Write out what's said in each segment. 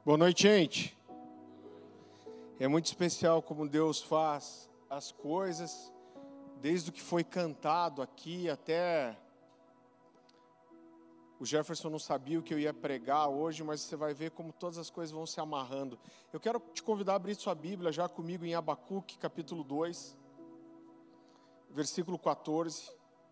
Boa noite, gente. É muito especial como Deus faz as coisas, desde o que foi cantado aqui até... O Jefferson não sabia o que eu ia pregar hoje, mas você vai ver como todas as coisas vão se amarrando. Eu quero te convidar a abrir sua Bíblia já comigo em Abacuque, capítulo 2, versículo 14.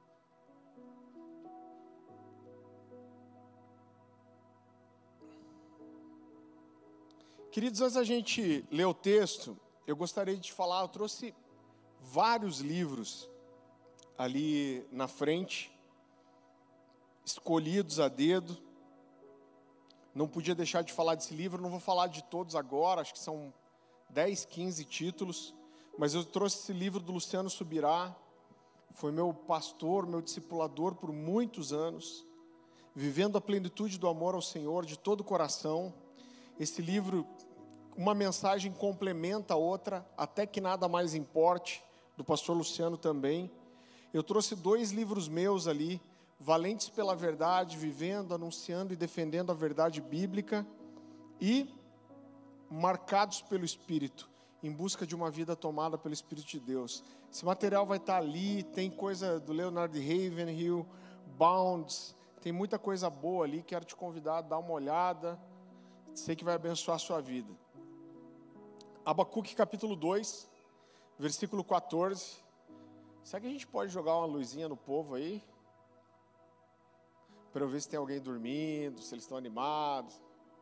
Queridos, antes da gente ler o texto, eu gostaria de te falar, eu trouxe vários livros ali na frente, escolhidos a dedo. Não podia deixar de falar desse livro, não vou falar de todos agora, acho que são 10, 15 títulos, mas eu trouxe esse livro do Luciano Subirá, foi meu pastor, meu discipulador por muitos anos, Vivendo a Plenitude do Amor ao Senhor de todo o coração. Esse livro, uma mensagem complementa a outra, até que nada mais importe, do pastor Luciano também. Eu trouxe 2 livros meus ali, Valentes pela Verdade, Vivendo, Anunciando e Defendendo a Verdade Bíblica, e Marcados pelo Espírito, em busca de uma vida tomada pelo Espírito de Deus. Esse material vai estar ali, tem coisa do Leonard Ravenhill, Bounds, tem muita coisa boa ali, quero te convidar a dar uma olhada, sei que vai abençoar a sua vida. Abacuque capítulo 2, versículo 14, será que a gente pode jogar uma luzinha no povo aí? Para eu ver se tem alguém dormindo, se eles estão animados.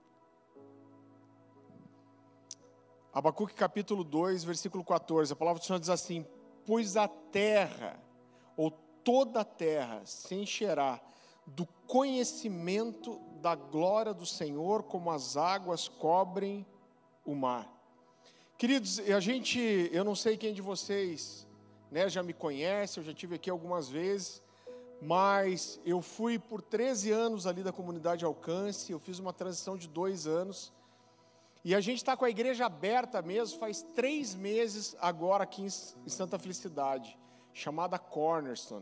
Abacuque capítulo 2, versículo 14, a palavra do Senhor diz assim: pois a terra, ou toda a terra, se encherá do conhecimento da glória do Senhor, como as águas cobrem o mar. Queridos, eu não sei quem de vocês, já me conhece, eu já estive aqui algumas vezes, mas eu fui por 13 anos ali da comunidade Alcance, eu fiz uma transição de 2 anos, e a gente está com a igreja aberta mesmo, faz 3 meses agora aqui em Santa Felicidade, chamada Cornerstone.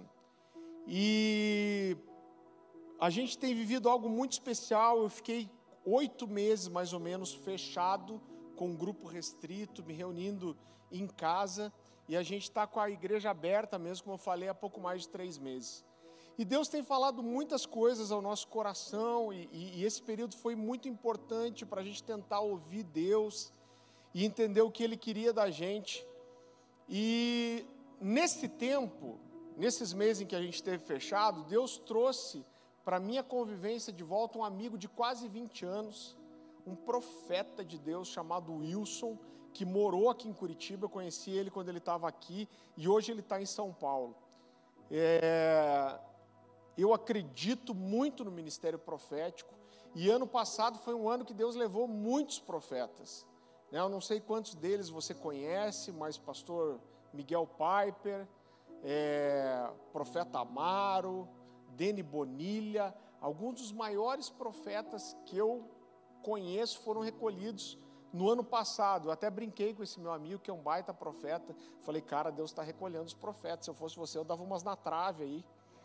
E a gente tem vivido algo muito especial. Eu fiquei 8 meses mais ou menos fechado, com um grupo restrito, me reunindo em casa, e a gente está com a igreja aberta mesmo, como eu falei, há pouco mais de 3 meses. E Deus tem falado muitas coisas ao nosso coração, e esse período foi muito importante para a gente tentar ouvir Deus e entender o que Ele queria da gente. E nesse tempo, nesses meses em que a gente esteve fechado, Deus trouxe para a minha convivência de volta um amigo de quase 20 anos, um profeta de Deus chamado Wilson, que morou aqui em Curitiba. Eu conheci ele quando ele estava aqui, e hoje ele está em São Paulo. Eu acredito muito no ministério profético, e ano passado foi um ano que Deus levou muitos profetas. Eu não sei quantos deles você conhece, mas pastor Miguel Piper, profeta Amaro, Dene Bonilha, alguns dos maiores profetas que eu conheço foram recolhidos no ano passado. Eu até brinquei com esse meu amigo, que é um baita profeta, falei, cara, Deus está recolhendo os profetas, se eu fosse você, eu dava umas na trave aí,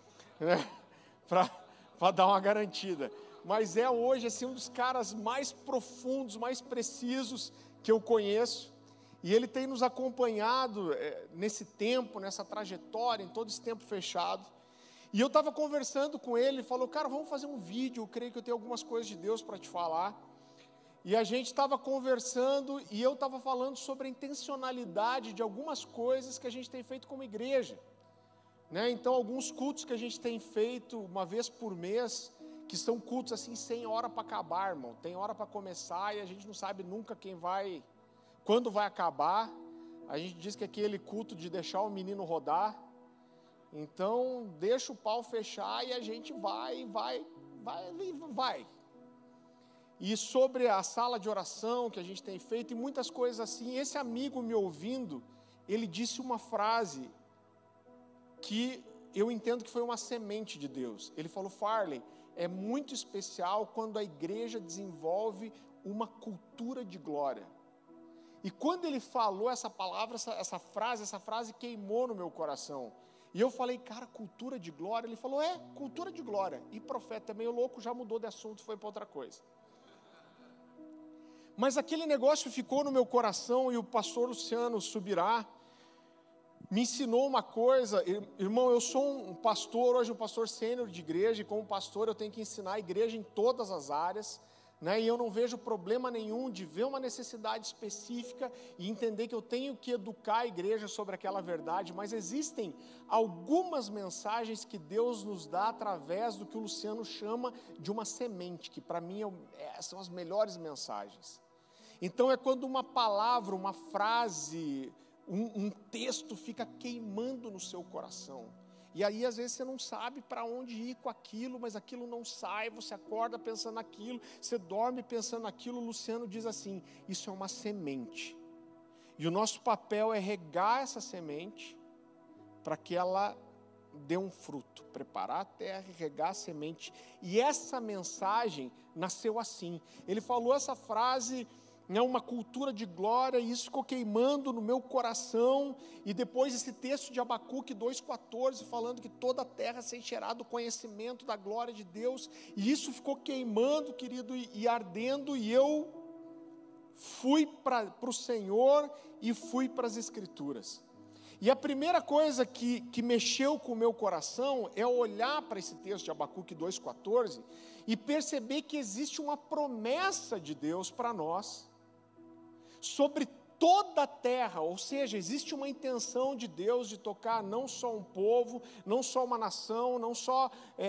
para dar uma garantida. Mas é hoje assim, um dos caras mais profundos, mais precisos que eu conheço, e ele tem nos acompanhado nesse tempo, nessa trajetória, em todo esse tempo fechado. E eu estava conversando com ele, ele falou, cara, vamos fazer um vídeo, eu creio que eu tenho algumas coisas de Deus para te falar. E a gente estava conversando, e eu estava falando sobre a intencionalidade de algumas coisas que a gente tem feito como igreja. Então, alguns cultos que a gente tem feito uma vez por mês, que são cultos assim, sem hora para acabar, irmão. Tem hora para começar e a gente não sabe nunca quando vai acabar. A gente diz que é aquele culto de deixar o menino rodar. Então, deixa o pau fechar e a gente vai. E sobre a sala de oração que a gente tem feito e muitas coisas assim, esse amigo me ouvindo, ele disse uma frase que eu entendo que foi uma semente de Deus. Ele falou, Farley, é muito especial quando a igreja desenvolve uma cultura de glória. E quando ele falou essa palavra, essa frase queimou no meu coração. E eu falei, cara, cultura de glória? Ele falou, cultura de glória. E profeta é meio louco, já mudou de assunto, foi para outra coisa. Mas aquele negócio ficou no meu coração, e o pastor Luciano Subirá me ensinou uma coisa. Irmão, eu sou um pastor, hoje um pastor sênior de igreja, e como pastor eu tenho que ensinar a igreja em todas as áreas, né? E eu não vejo problema nenhum de ver uma necessidade específica e entender que eu tenho que educar a igreja sobre aquela verdade, mas existem algumas mensagens que Deus nos dá através do que o Luciano chama de uma semente, que para mim são as melhores mensagens. Então é quando uma palavra, uma frase, um texto fica queimando no seu coração. E aí às vezes você não sabe para onde ir com aquilo, mas aquilo não sai, você acorda pensando naquilo, você dorme pensando naquilo. O Luciano diz assim: isso é uma semente. E o nosso papel é regar essa semente para que ela dê um fruto, preparar a terra e regar a semente. E essa mensagem nasceu assim. Ele falou essa frase, uma cultura de glória, e isso ficou queimando no meu coração. E depois esse texto de Abacuque 2,14, falando que toda a terra se encherá do conhecimento da glória de Deus, e isso ficou queimando, querido, e ardendo, e eu fui para o Senhor e fui para as Escrituras. E a primeira coisa que mexeu com o meu coração é olhar para esse texto de Abacuque 2,14 e perceber que existe uma promessa de Deus para nós, sobre toda a terra. Ou seja, existe uma intenção de Deus de tocar não só um povo, não só uma nação, não só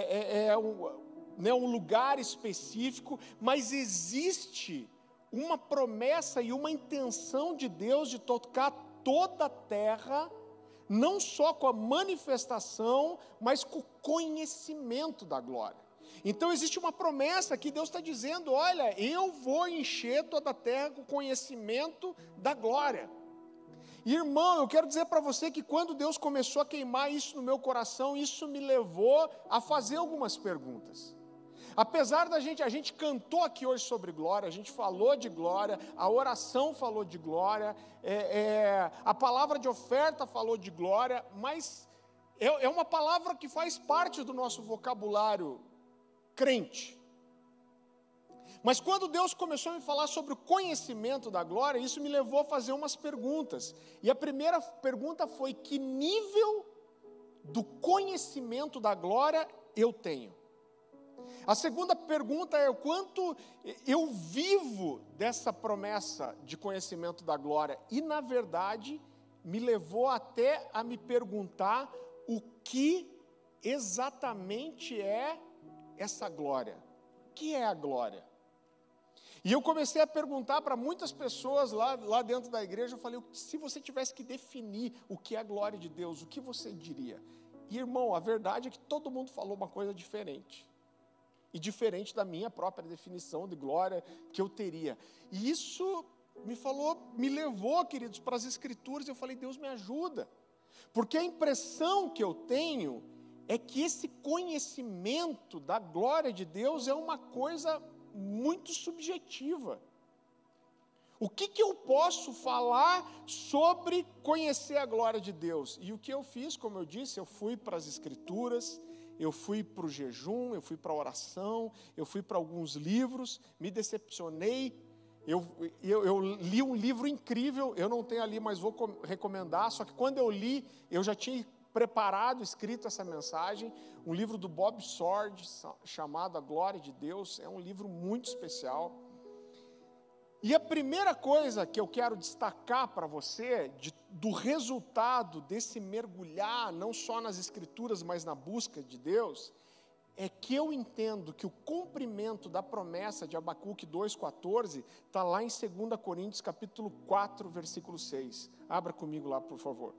um lugar específico, mas existe uma promessa e uma intenção de Deus de tocar toda a terra, não só com a manifestação, mas com o conhecimento da glória. Então existe uma promessa que Deus está dizendo: olha, eu vou encher toda a terra com conhecimento da glória. E, irmão, eu quero dizer para você que quando Deus começou a queimar isso no meu coração, isso me levou a fazer algumas perguntas. Apesar da a gente cantou aqui hoje sobre glória, a gente falou de glória, a oração falou de glória, a palavra de oferta falou de glória, mas é uma palavra que faz parte do nosso vocabulário crente. Mas quando Deus começou a me falar sobre o conhecimento da glória, isso me levou a fazer umas perguntas. E a primeira pergunta foi: que nível do conhecimento da glória eu tenho? A segunda pergunta é: o quanto eu vivo dessa promessa de conhecimento da glória? E, na verdade, me levou até a me perguntar o que exatamente é essa glória. O que é a glória? E eu comecei a perguntar para muitas pessoas lá dentro da igreja. Eu falei: se você tivesse que definir o que é a glória de Deus, o que você diria? E, irmão, a verdade é que todo mundo falou uma coisa diferente. E diferente da minha própria definição de glória que eu teria. E isso me levou, queridos, para as Escrituras. Eu falei: Deus, me ajuda. Porque a impressão que eu tenho é que esse conhecimento da glória de Deus é uma coisa muito subjetiva. O que eu posso falar sobre conhecer a glória de Deus? E o que eu fiz, como eu disse, eu fui para as Escrituras, eu fui para o jejum, eu fui para a oração, eu fui para alguns livros, me decepcionei. Eu li um livro incrível, eu não tenho ali, mas vou recomendar. Só que quando eu li, eu já tinha preparado, escrito essa mensagem, um livro do Bob Sword, chamado A Glória de Deus. É um livro muito especial. E a primeira coisa que eu quero destacar para você, do resultado desse mergulhar, não só nas Escrituras, mas na busca de Deus, é que eu entendo que o cumprimento da promessa de Abacuque 2,14 está lá em 2 Coríntios capítulo 4, versículo 6. Abra comigo lá, por favor.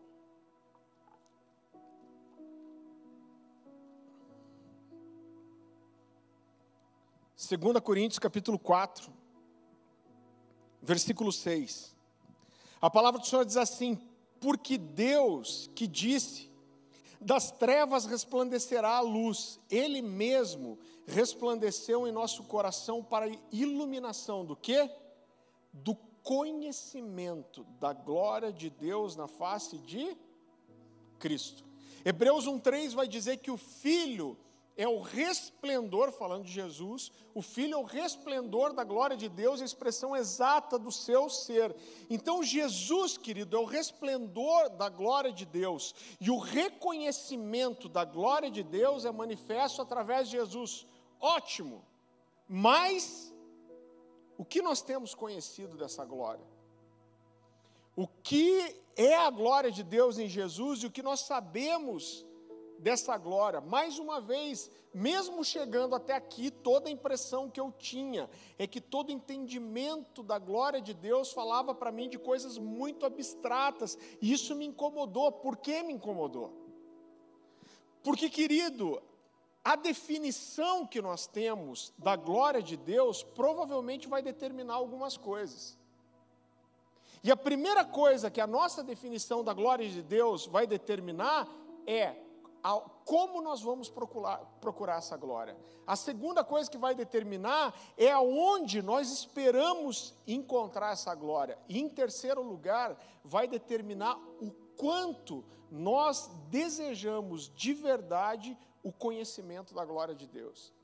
2 Coríntios capítulo 4, versículo 6. A palavra do Senhor diz assim: porque Deus que disse, das trevas resplandecerá a luz, Ele mesmo resplandeceu em nosso coração para a iluminação do quê? Do conhecimento da glória de Deus na face de Cristo. Hebreus 1,3 vai dizer que o Filho é o resplendor, falando de Jesus, o Filho é o resplendor da glória de Deus, a expressão exata do seu ser. Então Jesus, querido, é o resplendor da glória de Deus, e o reconhecimento da glória de Deus é manifesto através de Jesus. Ótimo, mas o que nós temos conhecido dessa glória? O que é a glória de Deus em Jesus e o que nós sabemos dessa glória? Mais uma vez, mesmo chegando até aqui, toda a impressão que eu tinha é que todo entendimento da glória de Deus falava para mim de coisas muito abstratas, e isso me incomodou. Por que me incomodou? Porque, querido, a definição que nós temos da glória de Deus provavelmente vai determinar algumas coisas. E a primeira coisa que a nossa definição da glória de Deus vai determinar é como nós vamos procurar essa glória. A segunda coisa que vai determinar é aonde nós esperamos encontrar essa glória. E em terceiro lugar, vai determinar o quanto nós desejamos de verdade o conhecimento da glória de Deus.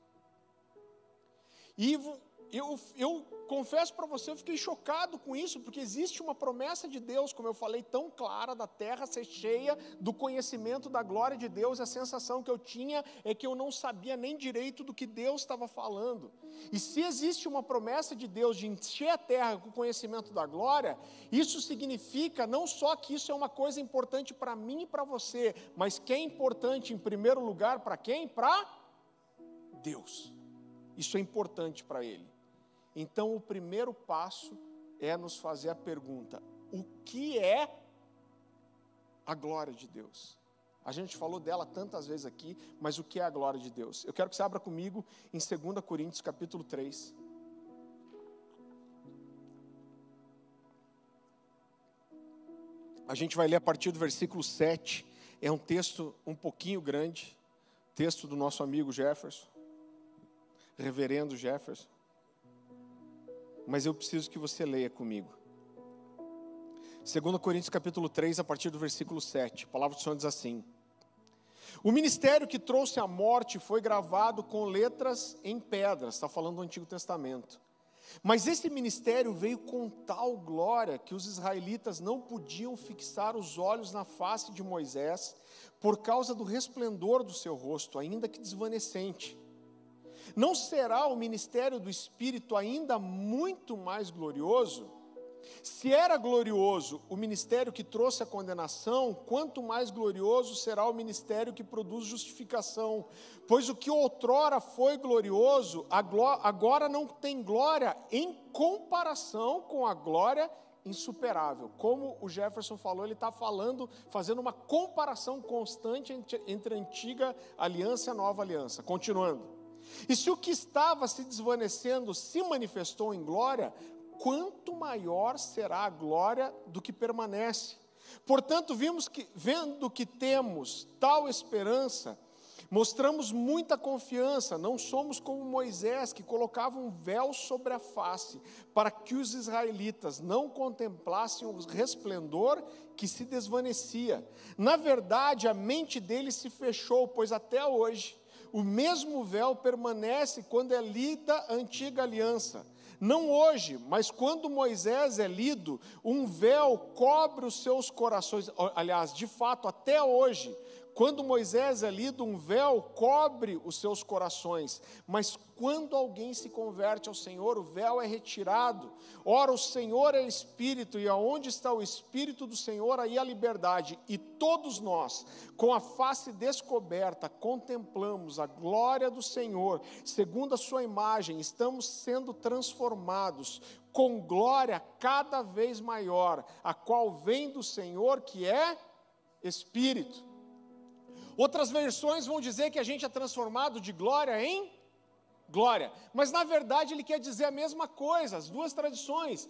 E eu confesso para você, eu fiquei chocado com isso, porque existe uma promessa de Deus, como eu falei, tão clara, da terra ser cheia do conhecimento da glória de Deus. A sensação que eu tinha é que eu não sabia nem direito do que Deus estava falando. E se existe uma promessa de Deus de encher a terra com o conhecimento da glória, isso significa não só que isso é uma coisa importante para mim e para você, mas que é importante em primeiro lugar para quem? Para Deus. Isso é importante para Ele. Então, o primeiro passo é nos fazer a pergunta: o que é a glória de Deus? A gente falou dela tantas vezes aqui, mas o que é a glória de Deus? Eu quero que você abra comigo em 2 Coríntios capítulo 3. A gente vai ler a partir do versículo 7. É um texto um pouquinho grande, texto do nosso amigo Jefferson, reverendo Jefferson. Mas eu preciso que você leia comigo. 2 Coríntios capítulo 3, a partir do versículo 7. A palavra do Senhor diz assim: o ministério que trouxe a morte foi gravado com letras em pedras. Está falando do Antigo Testamento. Mas esse ministério veio com tal glória que os israelitas não podiam fixar os olhos na face de Moisés por causa do resplendor do seu rosto, ainda que desvanecente. Não será o ministério do Espírito ainda muito mais glorioso? Se era glorioso o ministério que trouxe a condenação, quanto mais glorioso será o ministério que produz justificação. Pois o que outrora foi glorioso, agora não tem glória em comparação com a glória insuperável. Como o Jefferson falou, ele está fazendo uma comparação constante entre a antiga aliança e a nova aliança. Continuando. E se o que estava se desvanecendo se manifestou em glória, quanto maior será a glória do que permanece. Portanto, vendo que temos tal esperança, mostramos muita confiança. Não somos como Moisés, que colocava um véu sobre a face, para que os israelitas não contemplassem o resplendor que se desvanecia. Na verdade, a mente deles se fechou, pois até hoje o mesmo véu permanece quando é lida a antiga aliança. Não hoje, mas quando Moisés é lido, um véu cobre os seus corações. Aliás, de fato, até hoje, quando Moisés é lido, um véu cobre os seus corações. Mas quando alguém se converte ao Senhor, o véu é retirado. Ora, o Senhor é Espírito, e aonde está o Espírito do Senhor, aí a liberdade. E todos nós, com a face descoberta, contemplamos a glória do Senhor, segundo a sua imagem, estamos sendo transformados com glória cada vez maior, a qual vem do Senhor, que é Espírito. Outras versões vão dizer que a gente é transformado de glória em glória. Mas na verdade ele quer dizer a mesma coisa, as duas traduções,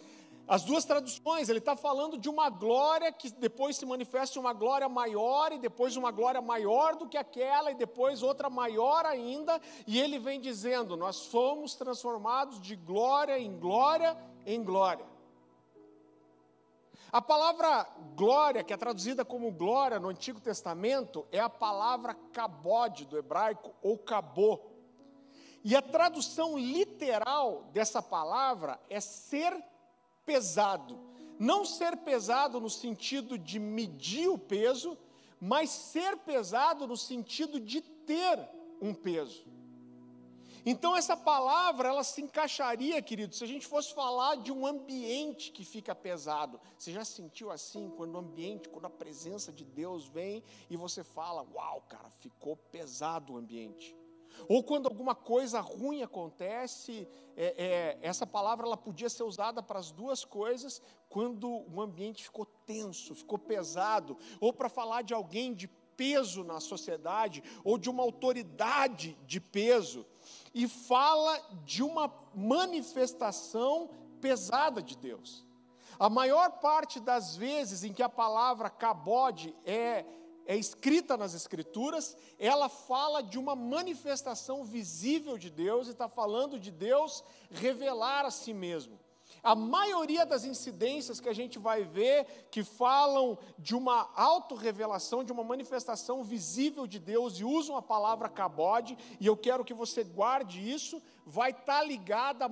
ele está falando de uma glória que depois se manifesta uma glória maior, e depois uma glória maior do que aquela, e depois outra maior ainda, e ele vem dizendo, nós fomos transformados de glória em glória em glória. A palavra glória, que é traduzida como glória no Antigo Testamento, é a palavra kabod do hebraico, ou kabô. E a tradução literal dessa palavra é ser pesado. Não ser pesado no sentido de medir o peso, mas ser pesado no sentido de ter um peso. Então essa palavra, ela se encaixaria, querido, se a gente fosse falar de um ambiente que fica pesado. Você já sentiu assim, quando o ambiente, quando a presença de Deus vem e você fala, uau, cara, ficou pesado o ambiente. Ou quando alguma coisa ruim acontece, essa palavra ela podia ser usada para as duas coisas, quando o ambiente ficou tenso, ficou pesado, ou para falar de alguém de peso na sociedade, ou de uma autoridade de peso, e fala de uma manifestação pesada de Deus. A maior parte das vezes em que a palavra kabod é escrita nas Escrituras, ela fala de uma manifestação visível de Deus, e está falando de Deus revelar a si mesmo. A maioria das incidências que a gente vai ver, que falam de uma autorrevelação, de uma manifestação visível de Deus, e usam a palavra kabod, e eu quero que você guarde isso, vai estar ligada a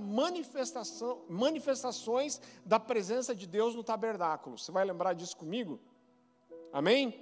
manifestações da presença de Deus no tabernáculo. Você vai lembrar disso comigo? Amém?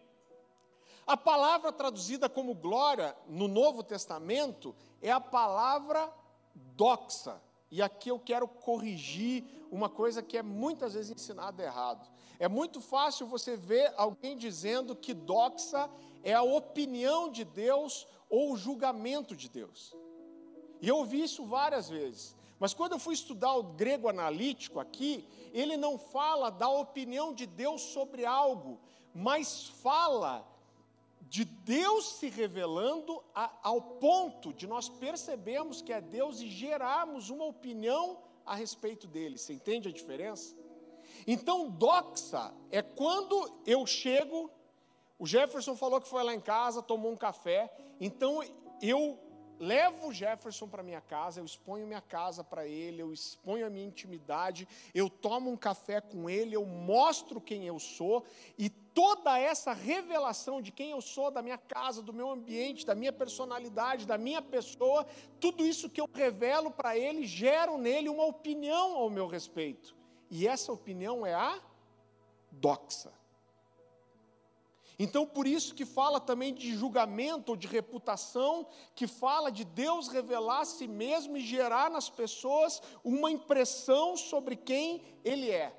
A palavra traduzida como glória no Novo Testamento é a palavra doxa. E aqui eu quero corrigir uma coisa que é muitas vezes ensinada errado. É muito fácil você ver alguém dizendo que doxa é a opinião de Deus ou o julgamento de Deus. E eu ouvi isso várias vezes. Mas quando eu fui estudar o grego analítico aqui, ele não fala da opinião de Deus sobre algo, mas fala de Deus se revelando ao ponto de nós percebermos que é Deus e gerarmos uma opinião a respeito dele. Você entende a diferença? Então, doxa é quando eu chego, o Jefferson falou que foi lá em casa, tomou um café, então eu levo o Jefferson para minha casa, eu exponho minha casa para ele, eu exponho a minha intimidade, eu tomo um café com ele, eu mostro quem eu sou, e toda essa revelação de quem eu sou, da minha casa, do meu ambiente, da minha personalidade, da minha pessoa, tudo isso que eu revelo para ele, gero nele uma opinião ao meu respeito. E essa opinião é a doxa. Então, por isso que fala também de julgamento ou de reputação, que fala de Deus revelar a si mesmo e gerar nas pessoas uma impressão sobre quem Ele é.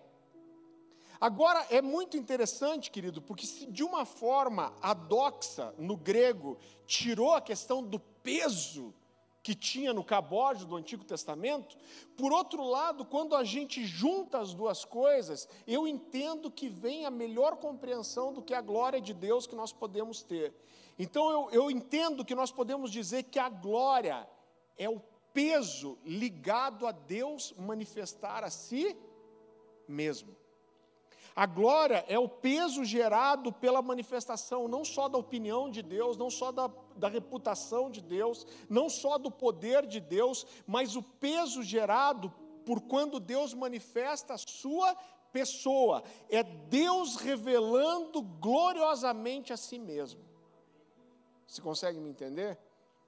Agora, é muito interessante, querido, porque se de uma forma a doxa, no grego, tirou a questão do peso que tinha no cabode do Antigo Testamento, por outro lado, quando a gente junta as duas coisas, eu entendo que vem a melhor compreensão do que a glória de Deus que nós podemos ter. Então, eu entendo que nós podemos dizer que a glória é o peso ligado a Deus manifestar a si mesmo. A glória é o peso gerado pela manifestação, não só da opinião de Deus, não só da reputação de Deus, não só do poder de Deus, mas o peso gerado por quando Deus manifesta a sua pessoa. É Deus revelando gloriosamente a si mesmo. Você consegue me entender?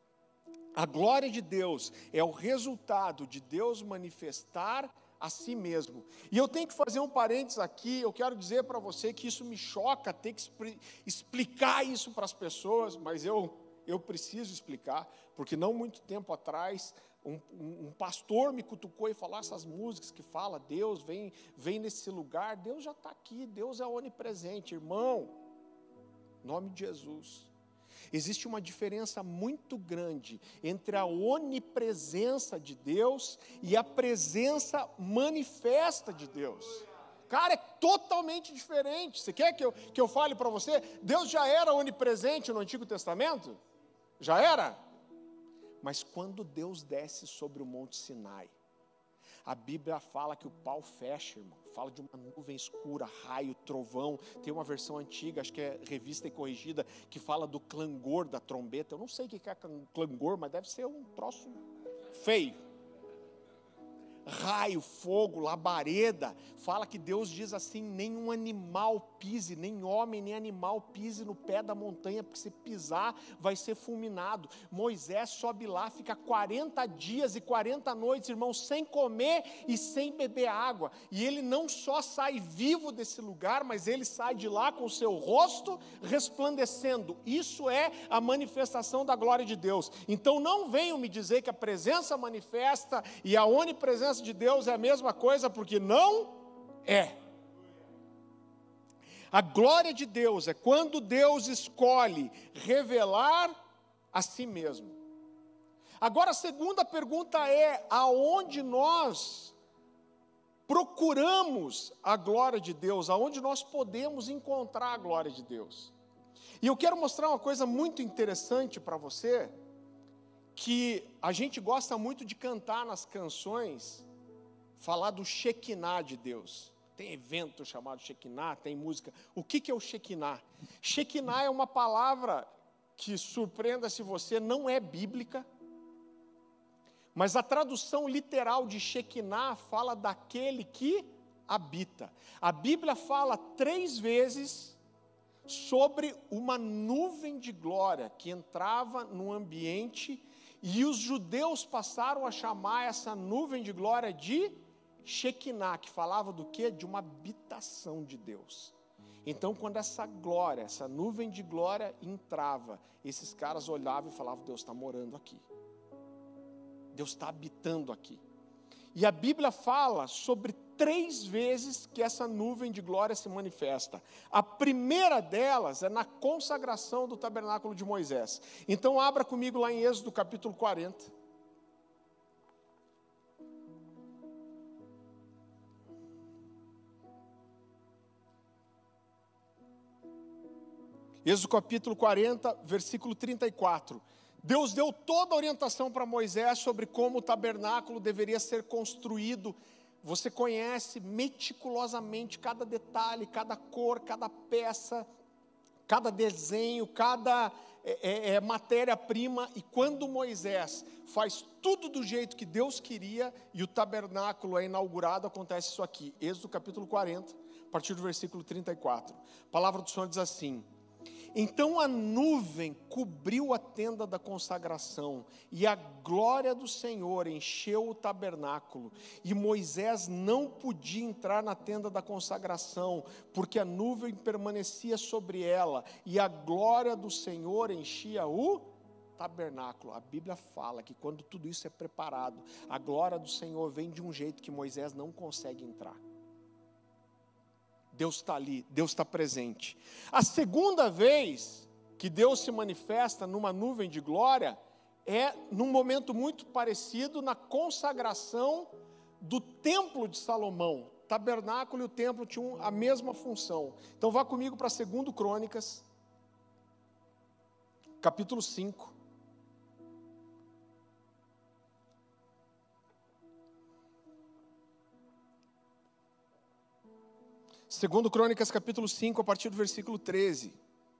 A glória de Deus é o resultado de Deus manifestar a si mesmo. E eu tenho que fazer um parênteses aqui, eu quero dizer para você que isso me choca, ter que explicar isso para as pessoas, mas eu preciso explicar, porque não muito tempo atrás, um pastor me cutucou e falou, essas músicas que fala, Deus vem nesse lugar, Deus já está aqui, Deus é onipresente, irmão, em nome de Jesus. Existe uma diferença muito grande entre a onipresença de Deus e a presença manifesta de Deus. Cara, é totalmente diferente. Você quer que eu fale para você? Deus já era onipresente no Antigo Testamento? Já era? Mas quando Deus desce sobre o Monte Sinai, a Bíblia fala que o pau fecha, irmão. Fala de uma nuvem escura, raio, trovão. Tem uma versão antiga, acho que é revista e corrigida, que fala do clangor da trombeta. Eu não sei o que é clangor, mas deve ser um troço feio. raio, fogo, labareda. Fala que Deus diz assim: nenhum animal pise, nem homem, nem animal pise no pé da montanha, porque se pisar vai ser fulminado. Moisés sobe lá, fica 40 dias e 40 noites, irmãos, sem comer e sem beber água. E ele não só sai vivo desse lugar, mas ele sai de lá com o seu rosto resplandecendo. Isso é a manifestação da glória de Deus. Então não venham me dizer que a presença manifesta e a onipresença de Deus é a mesma coisa, porque não é. A glória de Deus é quando Deus escolhe revelar a si mesmo. Agora a segunda pergunta é: aonde nós procuramos a glória de Deus? Aonde nós podemos encontrar a glória de Deus? E eu quero mostrar uma coisa muito interessante para você, que a gente gosta muito de cantar nas canções, falar do Shekinah de Deus. Tem evento chamado Shekinah, tem música. O que é o Shekinah? Shekinah é uma palavra que, surpreenda-se você, não é bíblica, mas a tradução literal de Shekinah fala daquele que habita. A Bíblia fala 3 vezes sobre uma nuvem de glória que entrava no ambiente, e os judeus passaram a chamar essa nuvem de glória de Shekinah, que falava do quê? De uma habitação de Deus. Então, quando essa glória, essa nuvem de glória entrava, esses caras olhavam e falavam: Deus está morando aqui. Deus está habitando aqui. E a Bíblia fala sobre 3 vezes que essa nuvem de glória se manifesta. A primeira delas é na consagração do tabernáculo de Moisés. Então abra comigo lá em Êxodo capítulo 40. Êxodo capítulo 40, versículo 34. Deus deu toda a orientação para Moisés sobre como o tabernáculo deveria ser construído. Você conhece meticulosamente cada detalhe, cada cor, cada peça, cada desenho, cada matéria-prima. E quando Moisés faz tudo do jeito que Deus queria e o tabernáculo é inaugurado, acontece isso aqui. Êxodo capítulo 40, a partir do versículo 34. A palavra do Senhor diz assim: então a nuvem cobriu a tenda da consagração, e a glória do Senhor encheu o tabernáculo, e Moisés não podia entrar na tenda da consagração, porque a nuvem permanecia sobre ela, e a glória do Senhor enchia o tabernáculo. A Bíblia fala que quando tudo isso é preparado, a glória do Senhor vem de um jeito que Moisés não consegue entrar. Deus está ali, Deus está presente. A segunda vez que Deus se manifesta numa nuvem de glória é num momento muito parecido na consagração do templo de Salomão. O tabernáculo e o templo tinham a mesma função. Então vá comigo para 2 Crônicas, capítulo 5. Segundo Crônicas, capítulo 5, a partir do versículo 13.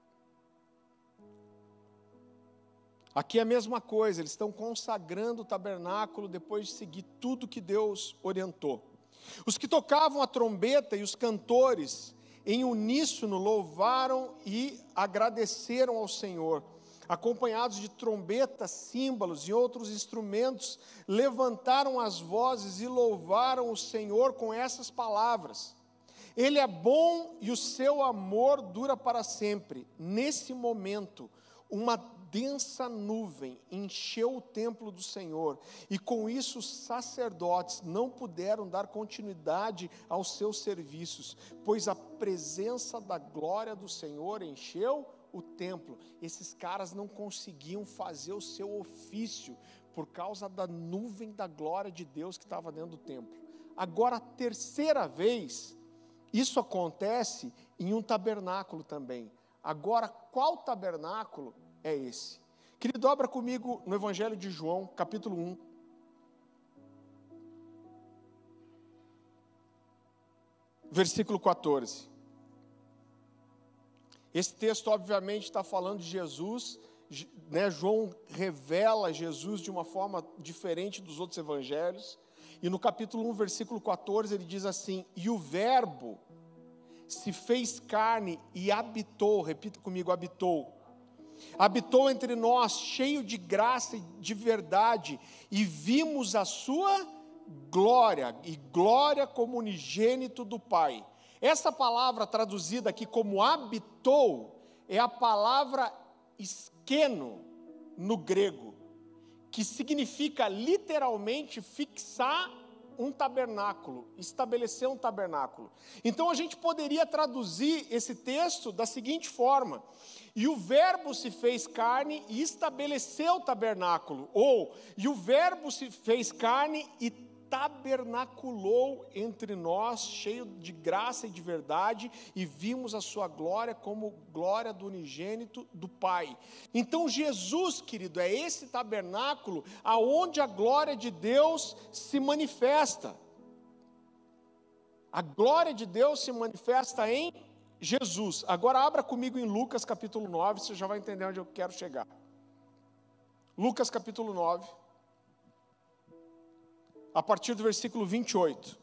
Aqui é a mesma coisa, eles estão consagrando o tabernáculo depois de seguir tudo que Deus orientou. Os que tocavam a trombeta e os cantores, em uníssono, louvaram e agradeceram ao Senhor. Acompanhados de trombetas, símbolos e outros instrumentos, levantaram as vozes e louvaram o Senhor com essas palavras: Ele é bom e o seu amor dura para sempre. Nesse momento, uma densa nuvem encheu o templo do Senhor, e com isso os sacerdotes não puderam dar continuidade aos seus serviços, pois a presença da glória do Senhor encheu o templo. Esses caras não conseguiam fazer o seu ofício, por causa da nuvem da glória de Deus que estava dentro do templo. Agora, a terceira vez, isso acontece em um tabernáculo também. Agora, qual tabernáculo é esse? Querido, abra comigo no Evangelho de João, capítulo 1. Versículo 14. Esse texto, obviamente, está falando de Jesus, né? João revela Jesus de uma forma diferente dos outros evangelhos. E no capítulo 1, versículo 14, ele diz assim: e o verbo se fez carne e habitou, repita comigo, habitou entre nós, cheio de graça e de verdade, e vimos a sua glória, e glória como unigênito do Pai. Essa palavra traduzida aqui como habitou, é a palavra skeno no grego, que significa literalmente fixar um tabernáculo, estabelecer um tabernáculo. Então a gente poderia traduzir esse texto da seguinte forma: e o verbo se fez carne e estabeleceu o tabernáculo, ou e o verbo se fez carne e tabernaculou entre nós, cheio de graça e de verdade, e vimos a sua glória como glória do unigênito do Pai. Então Jesus, querido, é esse tabernáculo aonde a glória de Deus se manifesta. A glória de Deus se manifesta em Jesus. Agora abra comigo em Lucas capítulo 9, você já vai entender onde eu quero chegar. Lucas capítulo 9. A partir do versículo 28.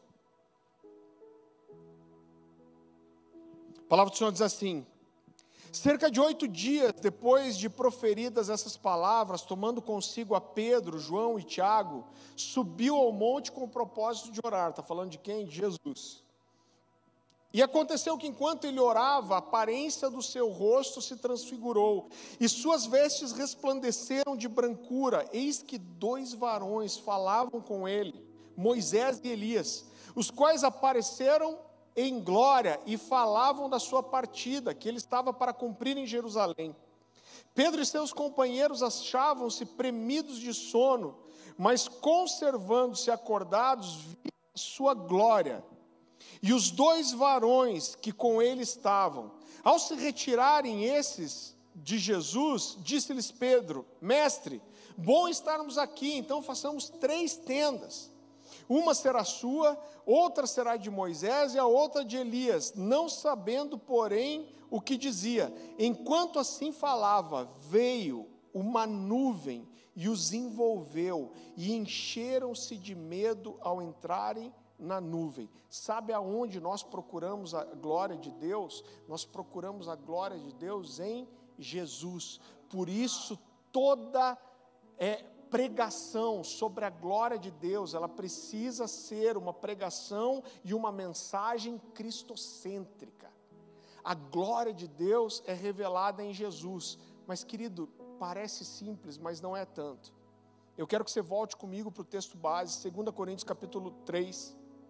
A palavra do Senhor diz assim: cerca de 8 dias depois de proferidas essas palavras, tomando consigo a Pedro, João e Tiago, subiu ao monte com o propósito de orar. Está falando de quem? De Jesus. E aconteceu que enquanto ele orava, a aparência do seu rosto se transfigurou, e suas vestes resplandeceram de brancura. Eis que 2 varões falavam com ele, Moisés e Elias, os quais apareceram em glória e falavam da sua partida, que ele estava para cumprir em Jerusalém. Pedro e seus companheiros achavam-se premidos de sono, mas conservando-se acordados, viam a sua glória. E os 2 varões que com ele estavam, ao se retirarem esses de Jesus, disse-lhes Pedro: mestre, bom estarmos aqui, então façamos 3 tendas. Uma será sua, outra será de Moisés e a outra de Elias, não sabendo, porém, o que dizia. Enquanto assim falava, veio uma nuvem e os envolveu, e encheram-se de medo ao entrarem na nuvem. Sabe aonde nós procuramos a glória de Deus? Nós procuramos a glória de Deus em Jesus. Por isso toda pregação sobre a glória de Deus, ela precisa ser uma pregação e uma mensagem cristocêntrica. A glória de Deus é revelada em Jesus. Mas, querido, parece simples, mas não é tanto. Eu quero que você volte comigo para o texto base, 2 Coríntios capítulo 3.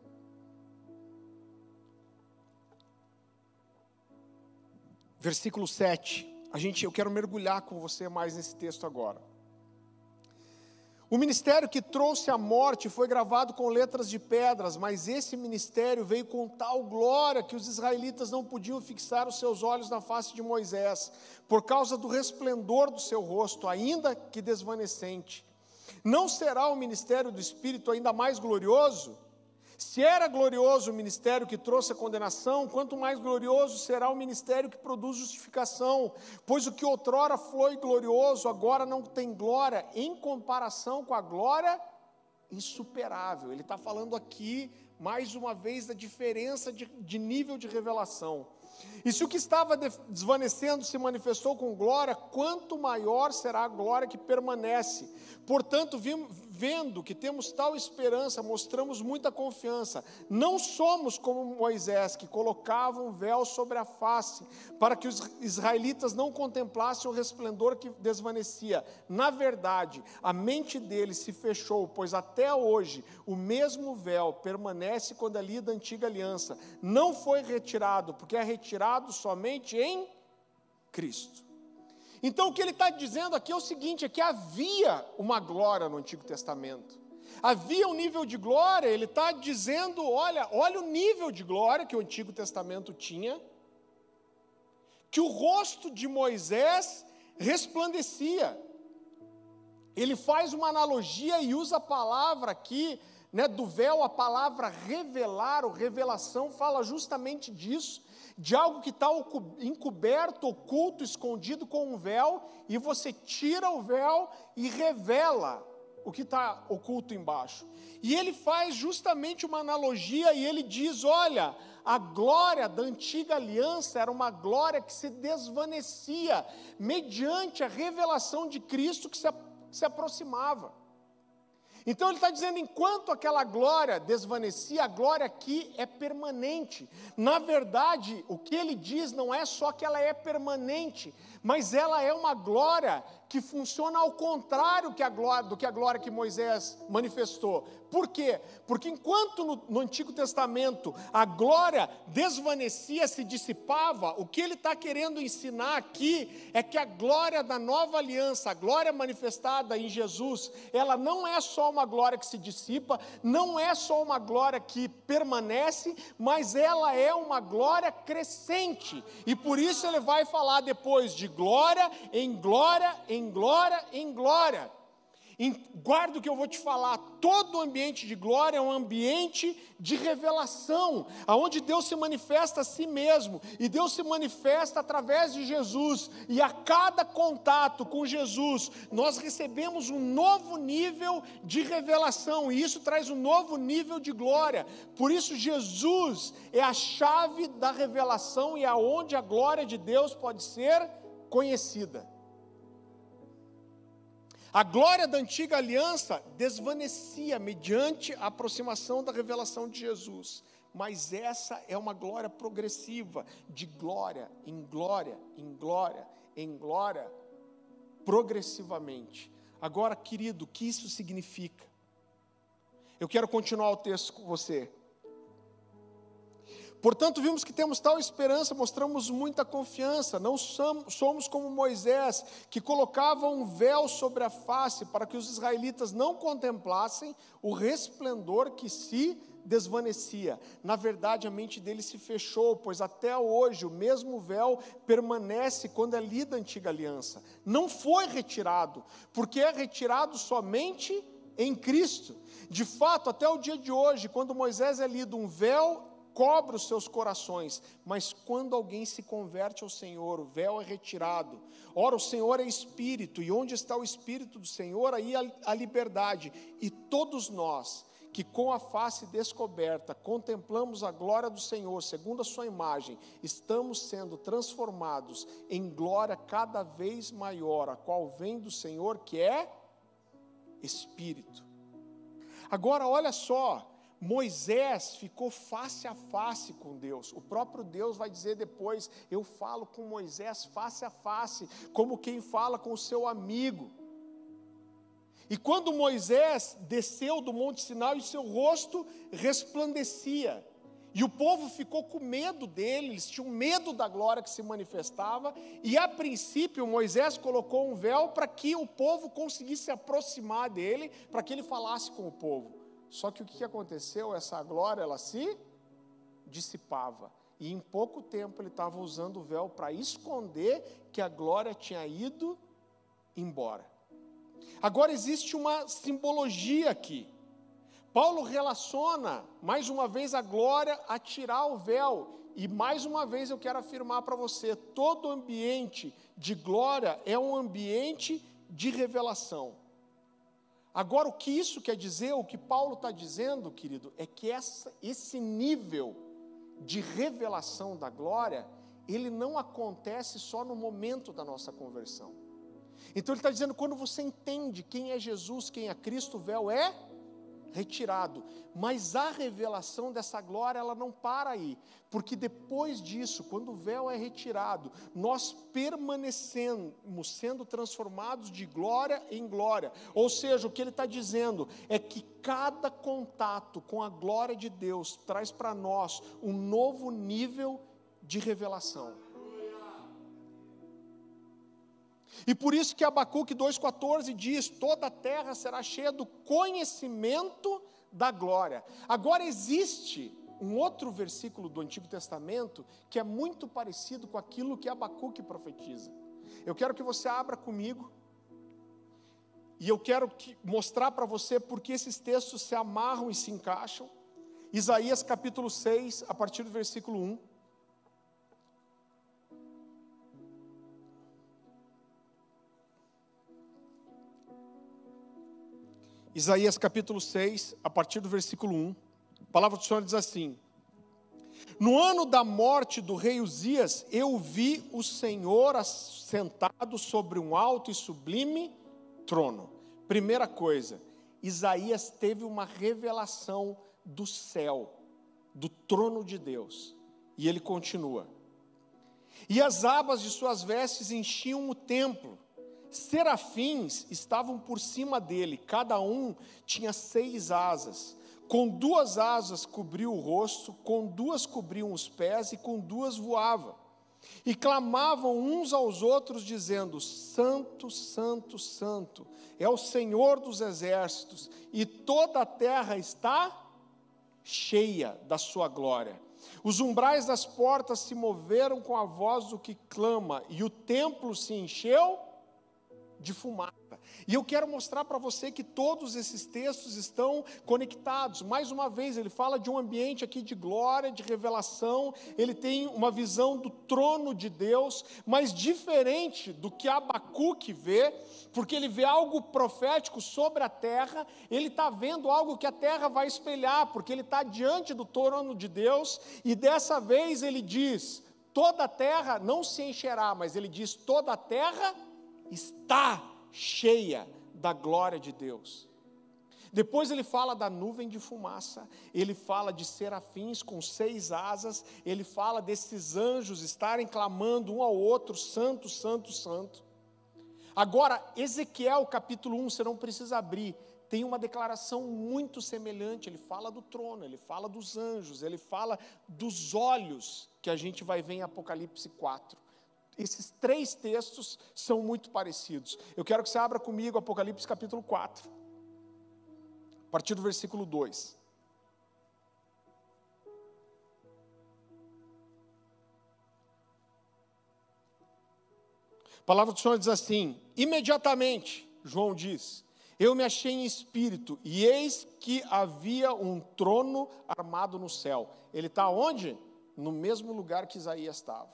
Versículo 7. Eu quero mergulhar com você mais nesse texto agora. O ministério que trouxe a morte foi gravado com letras de pedras, mas esse ministério veio com tal glória que os israelitas não podiam fixar os seus olhos na face de Moisés, por causa do resplendor do seu rosto, ainda que desvanecente. Não será o ministério do Espírito ainda mais glorioso? Se era glorioso o ministério que trouxe a condenação, quanto mais glorioso será o ministério que produz justificação, pois o que outrora foi glorioso, agora não tem glória, em comparação com a glória insuperável. Ele está falando aqui, mais uma vez, da diferença de nível de revelação. E se o que estava desvanecendo se manifestou com glória, quanto maior será a glória que permanece. Portanto, vendo que temos tal esperança, mostramos muita confiança. Não somos como Moisés, que colocava um véu sobre a face, para que os israelitas não contemplassem o resplendor que desvanecia. Na verdade, a mente deles se fechou, pois até hoje o mesmo véu permanece quando é lida a antiga aliança. Não foi retirado, porque é retirado somente em Cristo. Então o que ele está dizendo aqui é o seguinte, é que havia uma glória no Antigo Testamento. Havia um nível de glória, ele está dizendo, olha o nível de glória que o Antigo Testamento tinha, que o rosto de Moisés resplandecia. Ele faz uma analogia e usa a palavra aqui, do véu, a palavra revelar, ou revelação, fala justamente disso, de algo que está encoberto, oculto, escondido com um véu, e você tira o véu e revela o que está oculto embaixo. E ele faz justamente uma analogia e ele diz, olha, a glória da antiga aliança era uma glória que se desvanecia mediante a revelação de Cristo que se aproximava. Então ele está dizendo, enquanto aquela glória desvanecia, a glória aqui é permanente. Na verdade, o que ele diz não é só que ela é permanente, mas ela é uma glória que funciona ao contrário do que a glória que Moisés manifestou. Por quê? Porque enquanto no Antigo Testamento a glória desvanecia, se dissipava, o que ele está querendo ensinar aqui é que a glória da nova aliança, a glória manifestada em Jesus, ela não é só uma glória que se dissipa, não é só uma glória que permanece, mas ela é uma glória crescente. E por isso ele vai falar depois de glória em glória, em glória, em glória. Guarda o que eu vou te falar, todo ambiente de glória é um ambiente de revelação, onde Deus se manifesta a si mesmo, e Deus se manifesta através de Jesus, e a cada contato com Jesus, nós recebemos um novo nível de revelação, e isso traz um novo nível de glória. Por isso Jesus é a chave da revelação, e aonde a glória de Deus pode ser conhecida. A glória da antiga aliança desvanecia mediante a aproximação da revelação de Jesus. Mas essa é uma glória progressiva, de glória em glória, em glória, em glória, progressivamente. Agora, querido, o que isso significa? Eu quero continuar o texto com você. Portanto, vimos que temos tal esperança, mostramos muita confiança, não somos como Moisés, que colocava um véu sobre a face, para que os israelitas não contemplassem o resplendor que se desvanecia. Na verdade, a mente deles se fechou, pois até hoje o mesmo véu permanece quando é lida a antiga aliança. Não foi retirado, porque é retirado somente em Cristo. De fato, até o dia de hoje, quando Moisés é lido, um véu cobre os seus corações, mas quando alguém se converte ao Senhor, o véu é retirado. Ora, o Senhor é Espírito, e onde está o Espírito do Senhor, aí a liberdade. E todos nós, que com a face descoberta, contemplamos a glória do Senhor, segundo a sua imagem, estamos sendo transformados em glória cada vez maior, a qual vem do Senhor, que é Espírito. Agora, olha só, Moisés ficou face a face com Deus. O próprio Deus vai dizer depois, eu falo com Moisés face a face, como quem fala com o seu amigo. E quando Moisés desceu do Monte Sinai, o seu rosto resplandecia. E o povo ficou com medo dele, eles tinham medo da glória que se manifestava. E a princípio Moisés colocou um véu para que o povo conseguisse se aproximar dele, para que ele falasse com o povo. Só que o que aconteceu? Essa glória, ela se dissipava. E em pouco tempo ele estava usando o véu para esconder que a glória tinha ido embora. Agora existe uma simbologia aqui. Paulo relaciona, mais uma vez, a glória a tirar o véu. E mais uma vez eu quero afirmar para você, todo ambiente de glória é um ambiente de revelação. Agora, o que isso quer dizer, o que Paulo está dizendo, querido, é que esse nível de revelação da glória, ele não acontece só no momento da nossa conversão. Então ele está dizendo, quando você entende quem é Jesus, quem é Cristo, o véu é retirado. Mas a revelação dessa glória, ela não para aí. Porque depois disso, quando o véu é retirado, nós permanecemos sendo transformados de glória em glória. Ou seja, o que ele está dizendo é que cada contato com a glória de Deus traz para nós um novo nível de revelação. E por isso que Abacuque 2,14 diz, toda a terra será cheia do conhecimento da glória. Agora existe um outro versículo do Antigo Testamento, que é muito parecido com aquilo que Abacuque profetiza. Eu quero que você abra comigo, e eu quero mostrar para você porque esses textos se amarram e se encaixam. Isaías capítulo 6, a partir do versículo 1. Isaías capítulo 6, a partir do versículo 1. A palavra do Senhor diz assim: no ano da morte do rei Uzias, eu vi o Senhor assentado sobre um alto e sublime trono. Primeira coisa, Isaías teve uma revelação do céu, do trono de Deus. E ele continua: e as abas de suas vestes enchiam o templo. Serafins estavam por cima dele, cada um tinha 6 asas. Com 2 asas cobriu o rosto, com 2 cobriam os pés e com 2 voava. E clamavam uns aos outros, dizendo: Santo, Santo, Santo, é o Senhor dos exércitos, e toda a terra está cheia da sua glória. Os umbrais das portas se moveram com a voz do que clama, e o templo se encheu de fumaça. E eu quero mostrar para você que todos esses textos estão conectados. Mais uma vez, ele fala de um ambiente aqui de glória, de revelação. Ele tem uma visão do trono de Deus, mas diferente do que Abacuque vê, porque ele vê algo profético sobre a terra. Ele está vendo algo que a terra vai espelhar, porque ele está diante do trono de Deus. E dessa vez ele diz: toda a terra não se encherá, mas ele diz: toda a terra está cheia da glória de Deus. Depois ele fala da nuvem de fumaça, ele fala de serafins com 6 asas, ele fala desses anjos estarem clamando um ao outro: Santo, Santo, Santo. Agora, Ezequiel capítulo 1, você não precisa abrir, tem uma declaração muito semelhante. Ele fala do trono, ele fala dos anjos, ele fala dos olhos, que a gente vai ver em Apocalipse 4. Esses 3 textos são muito parecidos. Eu quero que você abra comigo Apocalipse capítulo 4, a partir do versículo 2. A palavra do Senhor diz assim: imediatamente, João diz, eu me achei em espírito, e eis que havia um trono armado no céu. Ele está onde? No mesmo lugar que Isaías estava.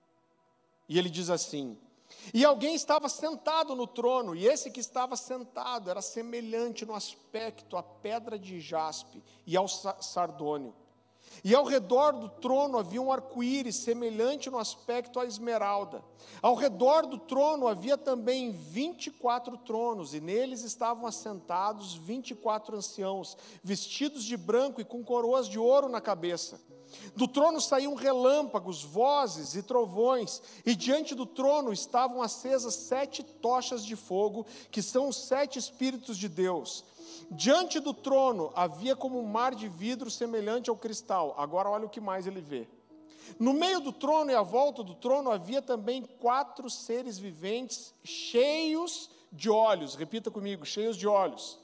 E ele diz assim: e alguém estava sentado no trono, e esse que estava sentado era semelhante no aspecto à pedra de jaspe e ao sardônio. E ao redor do trono havia um arco-íris semelhante no aspecto à esmeralda. Ao redor do trono havia também 24 tronos, e neles estavam assentados 24 anciãos, vestidos de branco e com coroas de ouro na cabeça. Do trono saíam relâmpagos, vozes e trovões, e diante do trono estavam acesas 7 tochas de fogo, que são os 7 Espíritos de Deus. Diante do trono havia como um mar de vidro semelhante ao cristal. Agora olha o que mais ele vê. No meio do trono e à volta do trono havia também 4 seres viventes cheios de olhos. Repita comigo: cheios de olhos.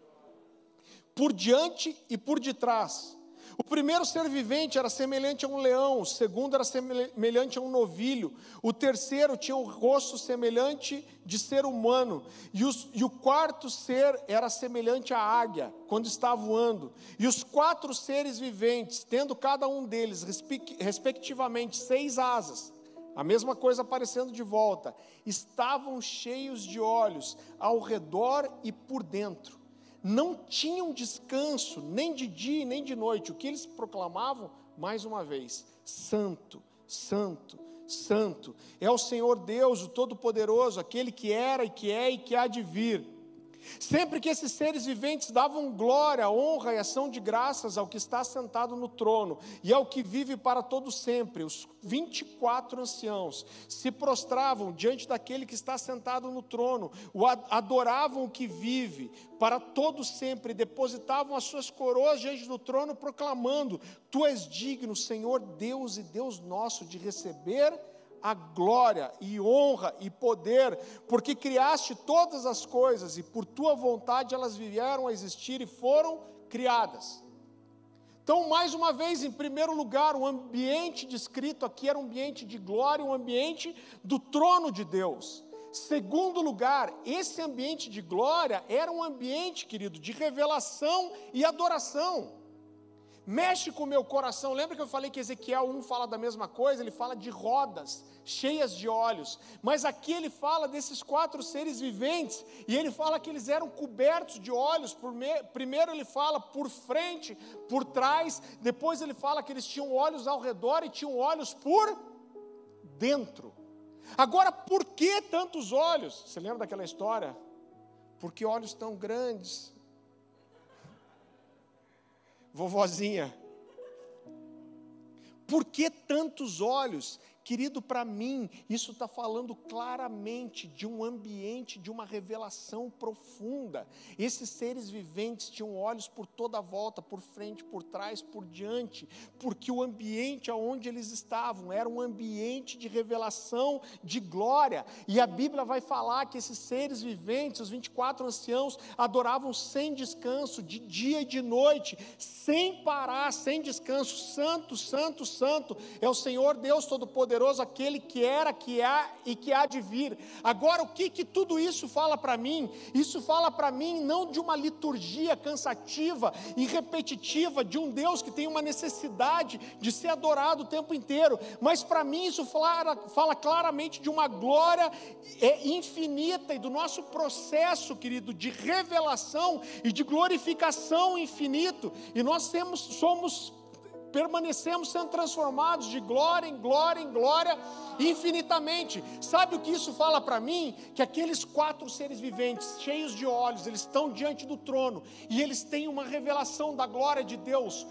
Por diante e por detrás. O primeiro ser vivente era semelhante a um leão, o segundo era semelhante a um novilho, o terceiro tinha um rosto semelhante de ser humano, e o quarto ser era semelhante à águia, quando está voando. E os 4 seres viventes, tendo cada um deles, respectivamente, 6 asas, a mesma coisa aparecendo de volta, estavam cheios de olhos ao redor e por dentro. Não tinham descanso, nem de dia nem de noite. O que eles proclamavam? Mais uma vez: Santo, Santo, Santo, é o Senhor Deus, o Todo-Poderoso, aquele que era e que é e que há de vir. Sempre que esses seres viventes davam glória, honra e ação de graças ao que está sentado no trono e ao que vive para todo sempre, os 24 anciãos se prostravam diante daquele que está sentado no trono, adoravam o que vive para todo sempre, depositavam as suas coroas diante do trono, proclamando: Tu és digno, Senhor Deus e Deus nosso, de receber a glória e honra e poder, porque criaste todas as coisas e por tua vontade elas vieram a existir e foram criadas. Então, mais uma vez, em primeiro lugar, o ambiente descrito aqui era um ambiente de glória, um ambiente do trono de Deus. Segundo lugar, esse ambiente de glória era um ambiente, querido, de revelação e adoração. mexe com o meu coração. Lembra que eu falei que Ezequiel 1 fala da mesma coisa? Ele fala de rodas cheias de olhos, mas aqui ele fala desses 4 seres viventes, e ele fala que eles eram cobertos de olhos. Primeiro ele fala por frente, por trás, depois ele fala que eles tinham olhos ao redor e tinham olhos por dentro. Agora, por que tantos olhos? Você lembra daquela história? Porque olhos tão grandes. Vovozinha, por que tantos olhos? Querido, para mim, isso está falando claramente de um ambiente, de uma revelação profunda. Esses seres viventes tinham olhos por toda a volta, por frente, por trás, por diante, porque o ambiente aonde eles estavam era um ambiente de revelação de glória. E a Bíblia vai falar que esses seres viventes, os 24 anciãos, adoravam sem descanso, de dia e de noite, sem parar, sem descanso. Santo, santo, santo é o Senhor Deus Todo-Poderoso, aquele que era, que há e que há de vir. Agora, o que tudo isso fala para mim? Isso fala para mim não de uma liturgia cansativa e repetitiva, de um Deus que tem uma necessidade de ser adorado o tempo inteiro, mas para mim isso fala claramente de uma glória infinita e do nosso processo, querido, de revelação e de glorificação infinito, e nós permanecemos sendo transformados de glória em glória em glória infinitamente. Sabe o que isso fala para mim? Que aqueles 4 seres viventes, cheios de olhos, eles estão diante do trono, e eles têm uma revelação da glória de Deus.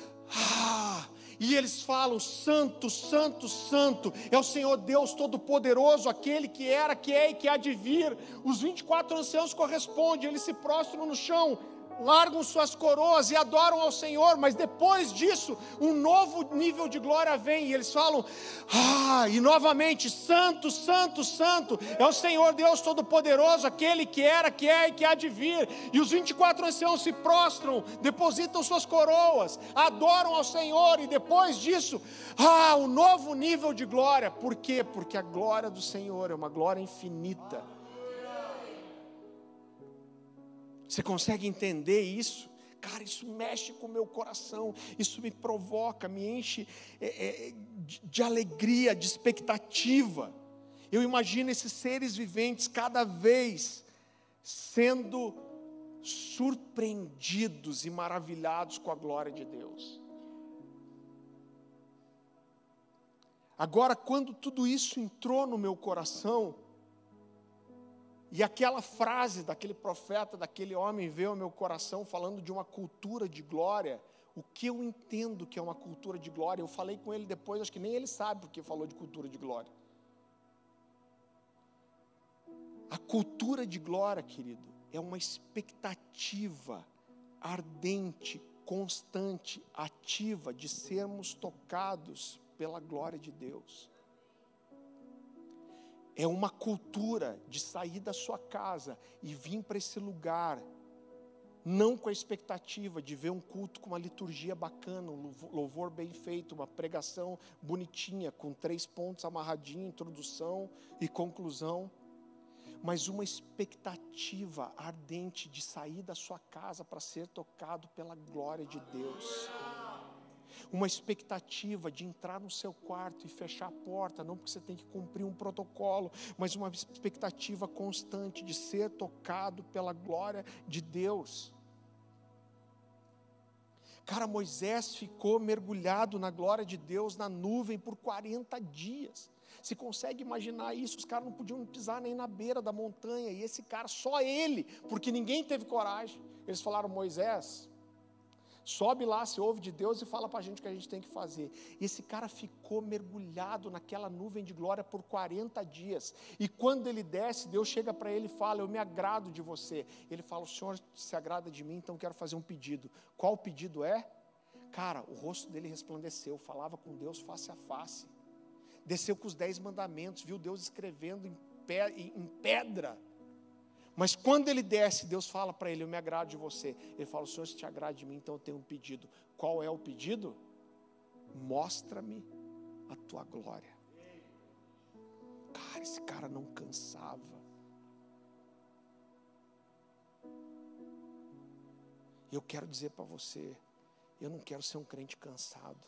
E eles falam: santo, santo, santo é o Senhor Deus Todo-Poderoso, aquele que era, que é e que há de vir. Os 24 anciãos correspondem, eles se prostram no chão, largam suas coroas e adoram ao Senhor, mas depois disso, um novo nível de glória vem, e eles falam: e novamente, santo, santo, santo é o Senhor Deus Todo-Poderoso, aquele que era, que é e que há de vir. E os 24 anciãos se prostram, depositam suas coroas, adoram ao Senhor, e depois disso, um novo nível de glória. Por quê? Porque a glória do Senhor é uma glória infinita. Você consegue entender isso? Cara, isso mexe com o meu coração, isso me provoca, me enche de alegria, de expectativa. Eu imagino esses seres viventes cada vez sendo surpreendidos e maravilhados com a glória de Deus. Agora, quando tudo isso entrou no meu coração, e aquela frase daquele profeta, daquele homem veio ao meu coração falando de uma cultura de glória, o que eu entendo que é uma cultura de glória, eu falei com ele depois, acho que nem ele sabe porque falou de cultura de glória. A cultura de glória, querido, é uma expectativa ardente, constante, ativa de sermos tocados pela glória de Deus. É uma cultura de sair da sua casa e vir para esse lugar, não com a expectativa de ver um culto com uma liturgia bacana, um louvor bem feito, uma pregação bonitinha, com 3 pontos amarradinho, introdução e conclusão, mas uma expectativa ardente de sair da sua casa para ser tocado pela glória de Deus. Uma expectativa de entrar no seu quarto e fechar a porta, não porque você tem que cumprir um protocolo, mas uma expectativa constante de ser tocado pela glória de Deus. Cara, Moisés ficou mergulhado na glória de Deus, na nuvem, por 40 dias. Você consegue imaginar isso? Os caras não podiam pisar nem na beira da montanha, e esse cara, só ele, porque ninguém teve coragem. Eles falaram: Moisés, sobe lá, se ouve de Deus e fala para a gente o que a gente tem que fazer. E esse cara ficou mergulhado naquela nuvem de glória por 40 dias. E quando ele desce, Deus chega para ele e fala: eu me agrado de você. Ele fala: o Senhor se agrada de mim, então quero fazer um pedido. Qual o pedido é? Cara, o rosto dele resplandeceu, falava com Deus face a face. Desceu com os 10 mandamentos, viu Deus escrevendo em pedra. Mas quando ele desce, Deus fala para ele: eu me agrado de você. Ele fala: o Senhor se te agrada de mim, então eu tenho um pedido. Qual é o pedido? Mostra-me a tua glória. Cara, esse cara não cansava. Eu quero dizer para você Eu não quero ser um crente cansado,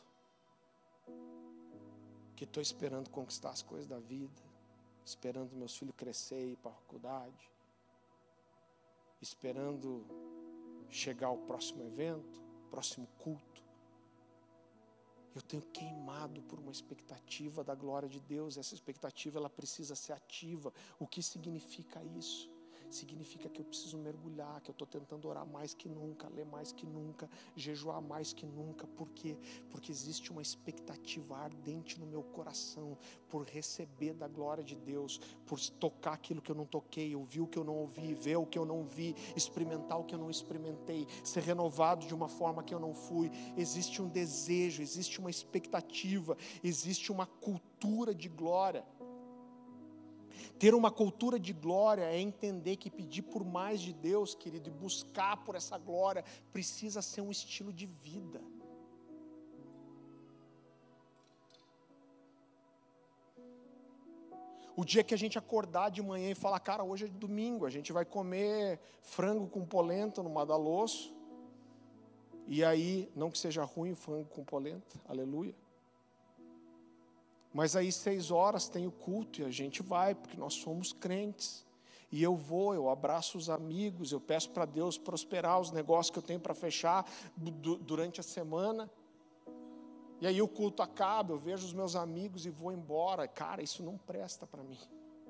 que estou esperando conquistar as coisas da vida, esperando meus filhos crescer e ir para a faculdade, esperando chegar ao próximo evento, próximo culto. Eu tenho queimado por uma expectativa da glória de Deus. Essa expectativa, ela precisa ser ativa. O que significa isso? Significa que eu preciso mergulhar, que eu estou tentando orar mais que nunca, ler mais que nunca, jejuar mais que nunca. Por quê? Porque existe uma expectativa ardente no meu coração por receber da glória de Deus, por tocar aquilo que eu não toquei, ouvir o que eu não ouvi, ver o que eu não vi, experimentar o que eu não experimentei, ser renovado de uma forma que eu não fui. Existe um desejo, existe uma expectativa, existe uma cultura de glória. Ter uma cultura de glória é entender que pedir por mais de Deus, querido, e buscar por essa glória, precisa ser um estilo de vida. O dia que a gente acordar de manhã e falar, cara, hoje é domingo, a gente vai comer frango com polenta no Madalosso, e aí, não que seja ruim o frango com polenta, aleluia. Mas aí 6 horas tem o culto e a gente vai, porque nós somos crentes. E eu vou, eu abraço os amigos, eu peço para Deus prosperar os negócios que eu tenho para fechar durante a semana. E aí o culto acaba, eu vejo os meus amigos e vou embora. Cara, isso não presta para mim.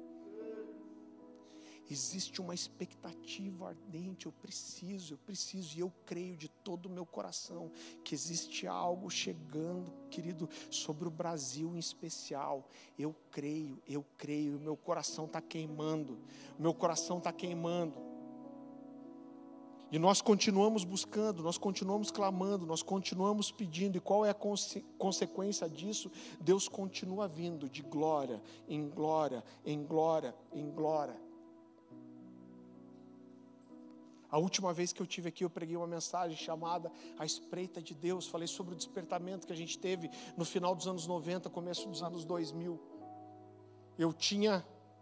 Existe uma expectativa ardente, eu preciso, e eu creio de todo o meu coração que existe algo chegando, querido, sobre o Brasil em especial. Eu creio, e o meu coração está queimando, E nós continuamos buscando, nós continuamos clamando, nós continuamos pedindo, e qual é a consequência disso? Deus continua vindo de glória em glória, em glória, em glória. A última vez que eu estive aqui, eu preguei uma mensagem chamada A Espreita de Deus. Falei sobre o despertamento que a gente teve no final dos anos 90, começo dos anos 2000. Eu tinha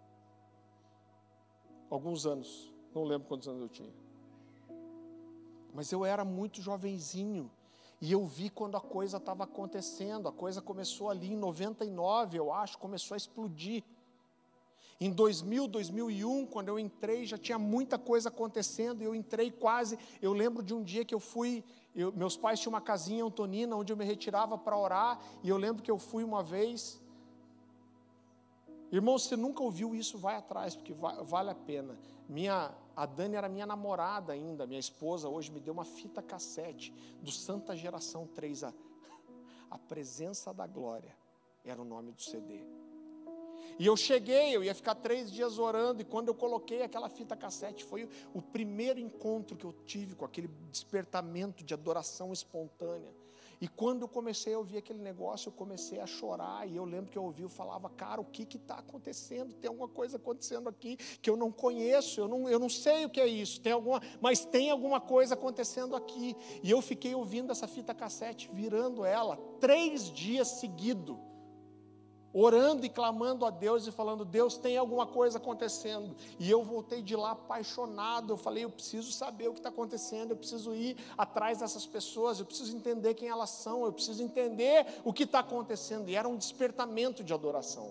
alguns anos, não lembro quantos anos eu tinha. Mas eu era muito jovenzinho. E eu vi quando a coisa estava acontecendo. A coisa começou ali em 99, eu acho, começou a explodir. Em 2000, 2001, quando eu entrei, já tinha muita coisa acontecendo, e eu entrei quase, eu lembro de um dia que eu fui, meus pais tinham uma casinha em Antonina, onde eu me retirava para orar, e eu lembro que eu fui uma vez. Irmão, se você nunca ouviu isso, vai atrás, porque vale a pena. A Dani era minha namorada ainda, minha esposa, hoje me deu uma fita cassete, do Santa Geração 3, a Presença da Glória, era o nome do CD. E eu cheguei, eu ia ficar 3 dias orando, e quando eu coloquei aquela fita cassete, foi o primeiro encontro que eu tive com aquele despertamento de adoração espontânea. E quando eu comecei a ouvir aquele negócio, eu comecei a chorar, e eu lembro que eu ouvi, eu falava, cara, o que está acontecendo? Tem alguma coisa acontecendo aqui que eu não conheço, eu não sei o que é isso, mas tem alguma coisa acontecendo aqui. E eu fiquei ouvindo essa fita cassete, virando ela 3 dias seguidos, orando e clamando a Deus e falando, Deus, tem alguma coisa acontecendo. E eu voltei de lá apaixonado, eu falei, eu preciso saber o que está acontecendo, eu preciso ir atrás dessas pessoas, eu preciso entender quem elas são, eu preciso entender o que está acontecendo. E era um despertamento de adoração.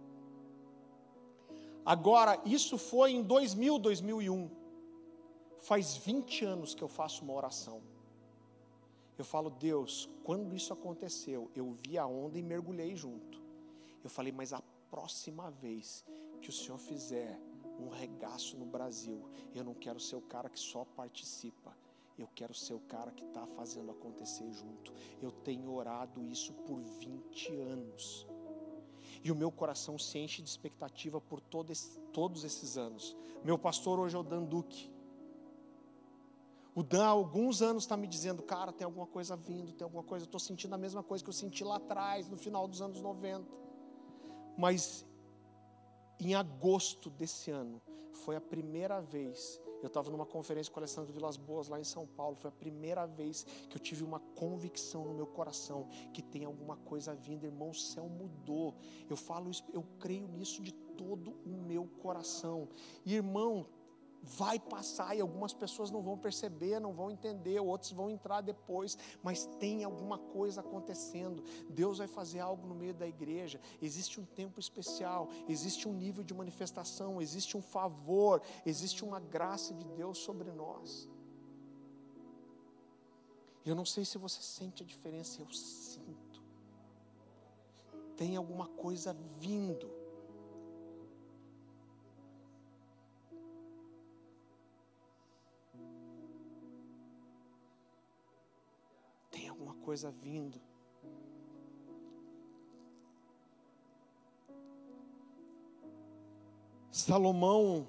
Agora, isso foi em 2000, 2001. Faz 20 anos que eu faço uma oração. Eu falo, Deus, quando isso aconteceu, eu vi a onda e mergulhei junto. Eu falei, mas a próxima vez que o Senhor fizer um regaço no Brasil, eu não quero ser o cara que só participa, eu quero ser o cara que está fazendo acontecer junto. Eu tenho orado isso por 20 anos. E o meu coração se enche de expectativa por todos esses anos. Meu pastor hoje é o Dan Duque. O Dan há alguns anos está me dizendo, cara, tem alguma coisa vindo, tem alguma coisa, eu estou sentindo a mesma coisa que eu senti lá atrás, no final dos anos 90. Mas em agosto desse ano, foi a primeira vez, eu estava numa conferência com o Alessandro Vilas Boas lá em São Paulo, foi a primeira vez que eu tive uma convicção no meu coração, que tem alguma coisa vindo. Irmão, o céu mudou, eu falo isso, eu creio nisso de todo o meu coração. E irmão, Vai passar e algumas pessoas não vão perceber, não vão entender, outros vão entrar depois, mas tem alguma coisa acontecendo. Deus vai fazer algo no meio da igreja. Existe um tempo especial, existe um nível de manifestação, existe um favor, existe uma graça de Deus sobre nós. Eu não sei se você sente a diferença, eu sinto. Tem alguma coisa vindo. Tem alguma coisa vindo. Salomão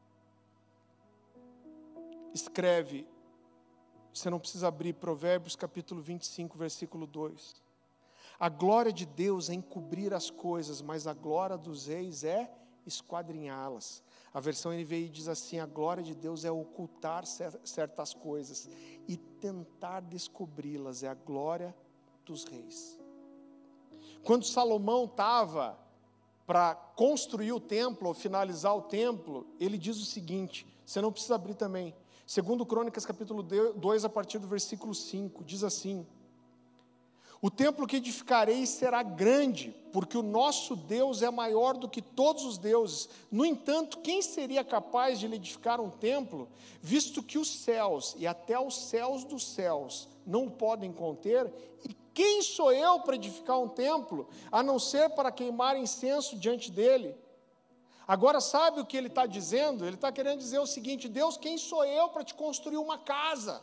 escreve, você não precisa abrir, Provérbios capítulo 25, versículo 2. A glória de Deus é encobrir as coisas, mas a glória dos reis é esquadrinhá-las. A versão NVI diz assim: a glória de Deus é ocultar certas coisas e tentar descobri-las, é a glória dos reis. Quando Salomão estava para construir o templo, ou finalizar o templo, ele diz o seguinte, você não precisa abrir também, 2 Crônicas capítulo 2, a partir do versículo 5, diz assim: o templo que edificarei será grande, porque o nosso Deus é maior do que todos os deuses. No entanto, quem seria capaz de lhe edificar um templo, visto que os céus e até os céus dos céus não o podem conter? E quem sou eu para edificar um templo, a não ser para queimar incenso diante dele? Agora sabe o que ele está dizendo? Ele está querendo dizer o seguinte: Deus, quem sou eu para te construir uma casa?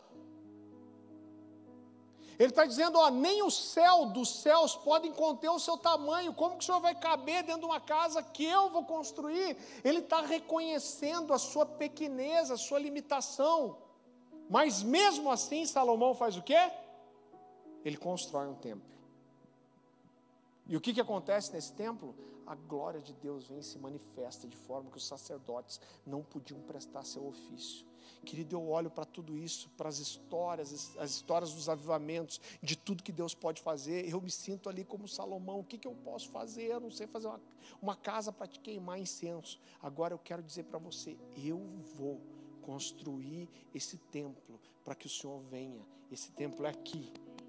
Ele está dizendo, nem o céu dos céus podem conter o seu tamanho. Como que o Senhor vai caber dentro de uma casa que eu vou construir? Ele está reconhecendo a sua pequenez, a sua limitação. Mas mesmo assim, Salomão faz o quê? Ele constrói um templo. E o que acontece nesse templo? A glória de Deus vem e se manifesta de forma que os sacerdotes não podiam prestar seu ofício. Querido, eu olho para tudo isso, para as histórias dos avivamentos, de tudo que Deus pode fazer. Eu me sinto ali como Salomão. O que eu posso fazer? Eu não sei fazer uma casa para te queimar incenso. Agora eu quero dizer para você, eu vou construir esse templo para que o Senhor venha. Esse templo é aqui.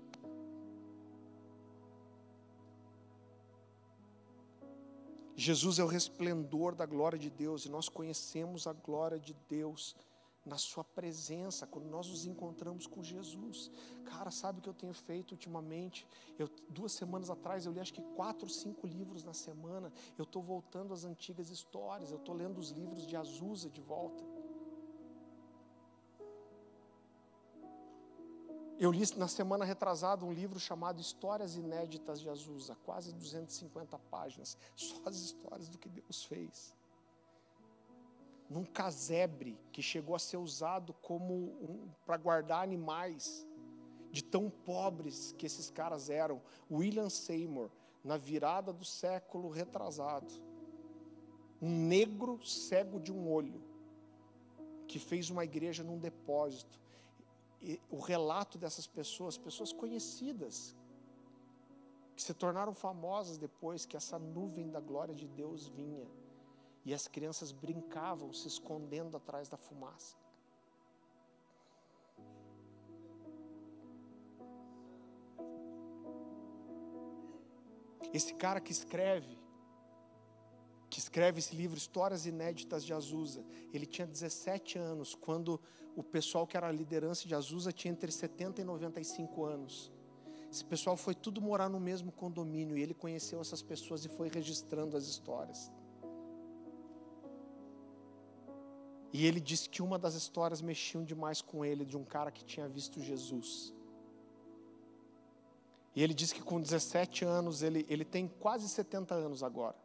Jesus é o resplendor da glória de Deus, e nós conhecemos a glória de Deus na sua presença, quando nós nos encontramos com Jesus. Cara, sabe o que eu tenho feito ultimamente? 2 semanas atrás eu li acho que 4 ou 5 livros na semana. Eu estou voltando às antigas histórias, eu estou lendo os livros de Azusa de volta. Eu li na semana retrasada um livro chamado Histórias Inéditas de Azusa, quase 250 páginas, só as histórias do que Deus fez. Num casebre que chegou a ser usado para guardar animais, de tão pobres que esses caras eram. William Seymour, na virada do século retrasado, um negro cego de um olho, que fez uma igreja num depósito. E o relato dessas pessoas conhecidas, que se tornaram famosas depois que essa nuvem da glória de Deus vinha, e as crianças brincavam se escondendo atrás da fumaça. Esse cara que escreve esse livro, Histórias Inéditas de Azusa, ele tinha 17 anos, quando o pessoal que era a liderança de Azusa tinha entre 70 e 95 anos. Esse pessoal foi tudo morar no mesmo condomínio, e ele conheceu essas pessoas e foi registrando as histórias. E ele disse que uma das histórias mexiam demais com ele, de um cara que tinha visto Jesus. E ele disse que com 17 anos, ele tem quase 70 anos agora.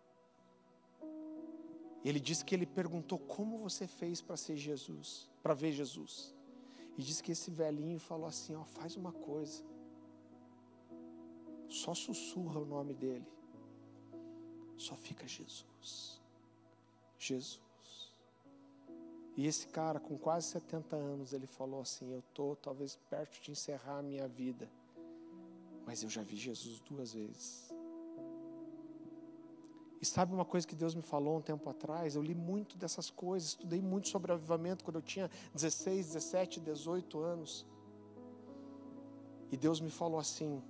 Ele disse que ele perguntou, como você fez para ser Jesus, para ver Jesus? E disse que esse velhinho falou assim, faz uma coisa, só sussurra o nome dele, só fica Jesus, Jesus. E esse cara com quase 70 anos, ele falou assim, eu estou talvez perto de encerrar a minha vida, mas eu já vi Jesus 2 vezes. E sabe uma coisa que Deus me falou um tempo atrás? Eu li muito dessas coisas, estudei muito sobre avivamento quando eu tinha 16, 17, 18 anos. E Deus me falou assim: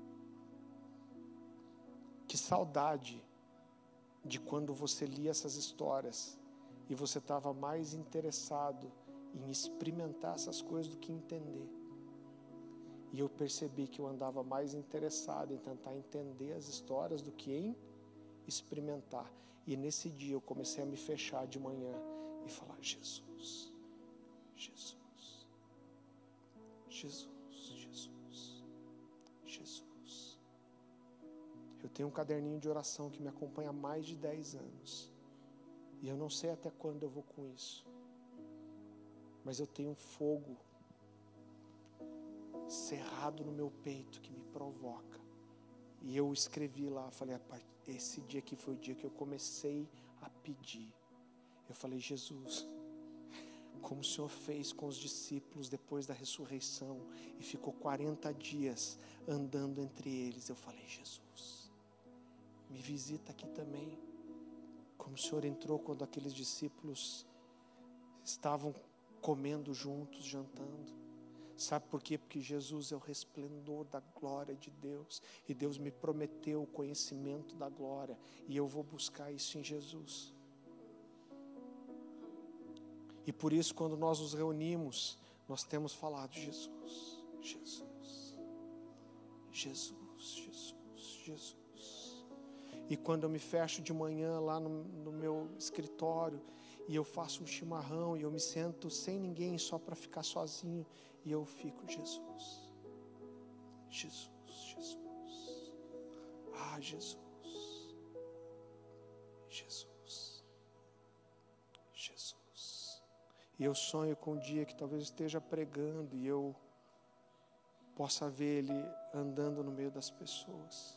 que saudade de quando você lia essas histórias e você estava mais interessado em experimentar essas coisas do que entender. E eu percebi que eu andava mais interessado em tentar entender as histórias do que em experimentar. E nesse dia eu comecei a me fechar de manhã e falar: Jesus, Jesus, Jesus, Jesus, Jesus. Eu tenho um caderninho de oração que me acompanha há mais de 10 anos. E eu não sei até quando eu vou com isso. Mas eu tenho um fogo cerrado no meu peito que me provoca. E eu escrevi lá, falei: esse dia aqui foi o dia que eu comecei a pedir. Eu falei: Jesus, como o Senhor fez com os discípulos depois da ressurreição e ficou 40 dias andando entre eles. Eu falei: Jesus, me visita aqui também. Como o Senhor entrou quando aqueles discípulos estavam comendo juntos, jantando. Sabe por quê? Porque Jesus é o resplendor da glória de Deus. E Deus me prometeu o conhecimento da glória. E eu vou buscar isso em Jesus. E por isso, quando nós nos reunimos, nós temos falado: Jesus, Jesus, Jesus, Jesus, Jesus. E quando eu me fecho de manhã lá no meu escritório, e eu faço um chimarrão, e eu me sento sem ninguém, só para ficar sozinho, e eu fico: Jesus, Jesus, Jesus, ah, Jesus, Jesus, Jesus. E eu sonho com um dia que talvez eu esteja pregando e eu possa ver Ele andando no meio das pessoas.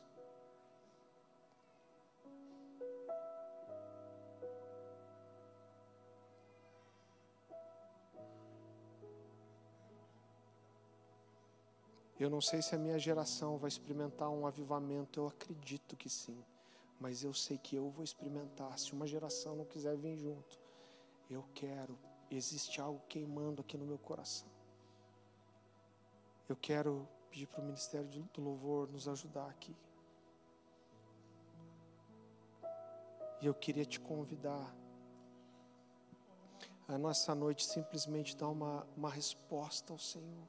Eu não sei se a minha geração vai experimentar um avivamento, eu acredito que sim, mas eu sei que eu vou experimentar. Se uma geração não quiser vir junto, eu quero. Existe algo queimando aqui no meu coração. Eu quero pedir para o Ministério do Louvor nos ajudar aqui. E eu queria te convidar a nossa noite simplesmente dar uma resposta ao Senhor.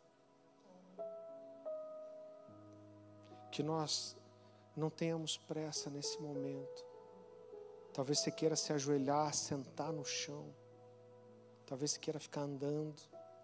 Que nós não tenhamos pressa nesse momento. Talvez você queira se ajoelhar, sentar no chão. Talvez você queira ficar andando.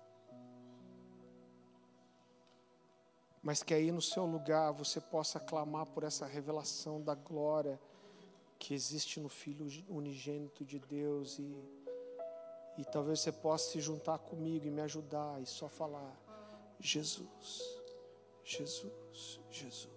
Mas que aí no seu lugar você possa clamar por essa revelação da glória que existe no Filho unigênito de Deus. E talvez você possa se juntar comigo e me ajudar e só falar: Jesus, Jesus, Jesus.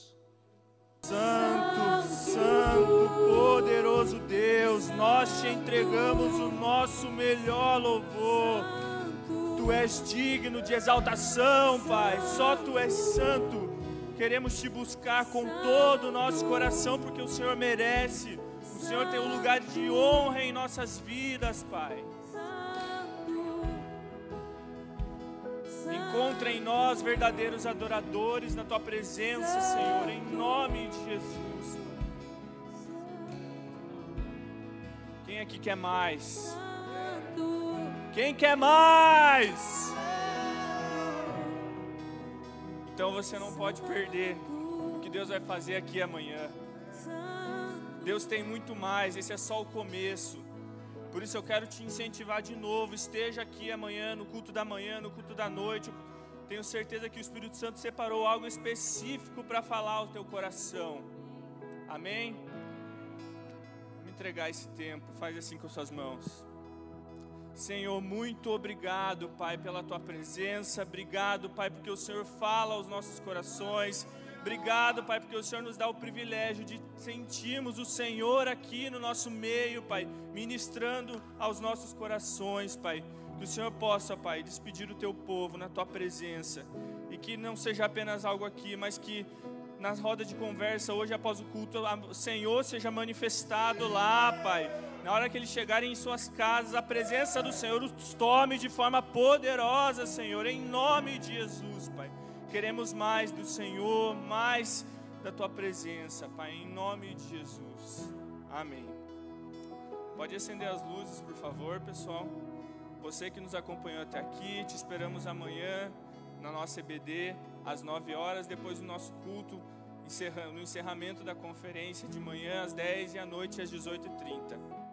Santo, Santo, poderoso Deus, nós te entregamos o nosso melhor louvor. Tu és digno de exaltação, Pai, só Tu és santo. Queremos te buscar com todo o nosso coração, porque o Senhor merece. O Senhor tem um lugar de honra em nossas vidas, Pai. Encontra em nós verdadeiros adoradores na Tua presença, Senhor, em nome de Jesus. Quem aqui quer mais? Quem quer mais? Então você não pode perder o que Deus vai fazer aqui amanhã. Deus tem muito mais, esse é só o começo. Por isso eu quero te incentivar de novo, esteja aqui amanhã, no culto da manhã, no culto da noite. Tenho certeza que o Espírito Santo separou algo específico para falar ao teu coração. Amém? Vamos entregar esse tempo, faz assim com suas mãos. Senhor, muito obrigado, Pai, pela Tua presença. Obrigado, Pai, porque o Senhor fala aos nossos corações. Obrigado, Pai, porque o Senhor nos dá o privilégio de sentirmos o Senhor aqui no nosso meio, Pai, ministrando aos nossos corações, Pai. Que o Senhor possa, Pai, despedir o Teu povo na Tua presença. E que não seja apenas algo aqui, mas que nas rodas de conversa, hoje após o culto, o Senhor seja manifestado lá, Pai. Na hora que eles chegarem em suas casas, a presença do Senhor os tome de forma poderosa, Senhor, em nome de Jesus, Pai. Queremos mais do Senhor, mais da Tua presença, Pai, em nome de Jesus. Amém. Pode acender as luzes, por favor, pessoal. Você que nos acompanhou até aqui, te esperamos amanhã na nossa EBD, às 9 horas, depois do nosso culto, no encerramento da conferência de manhã às 10 e à noite às 18h30.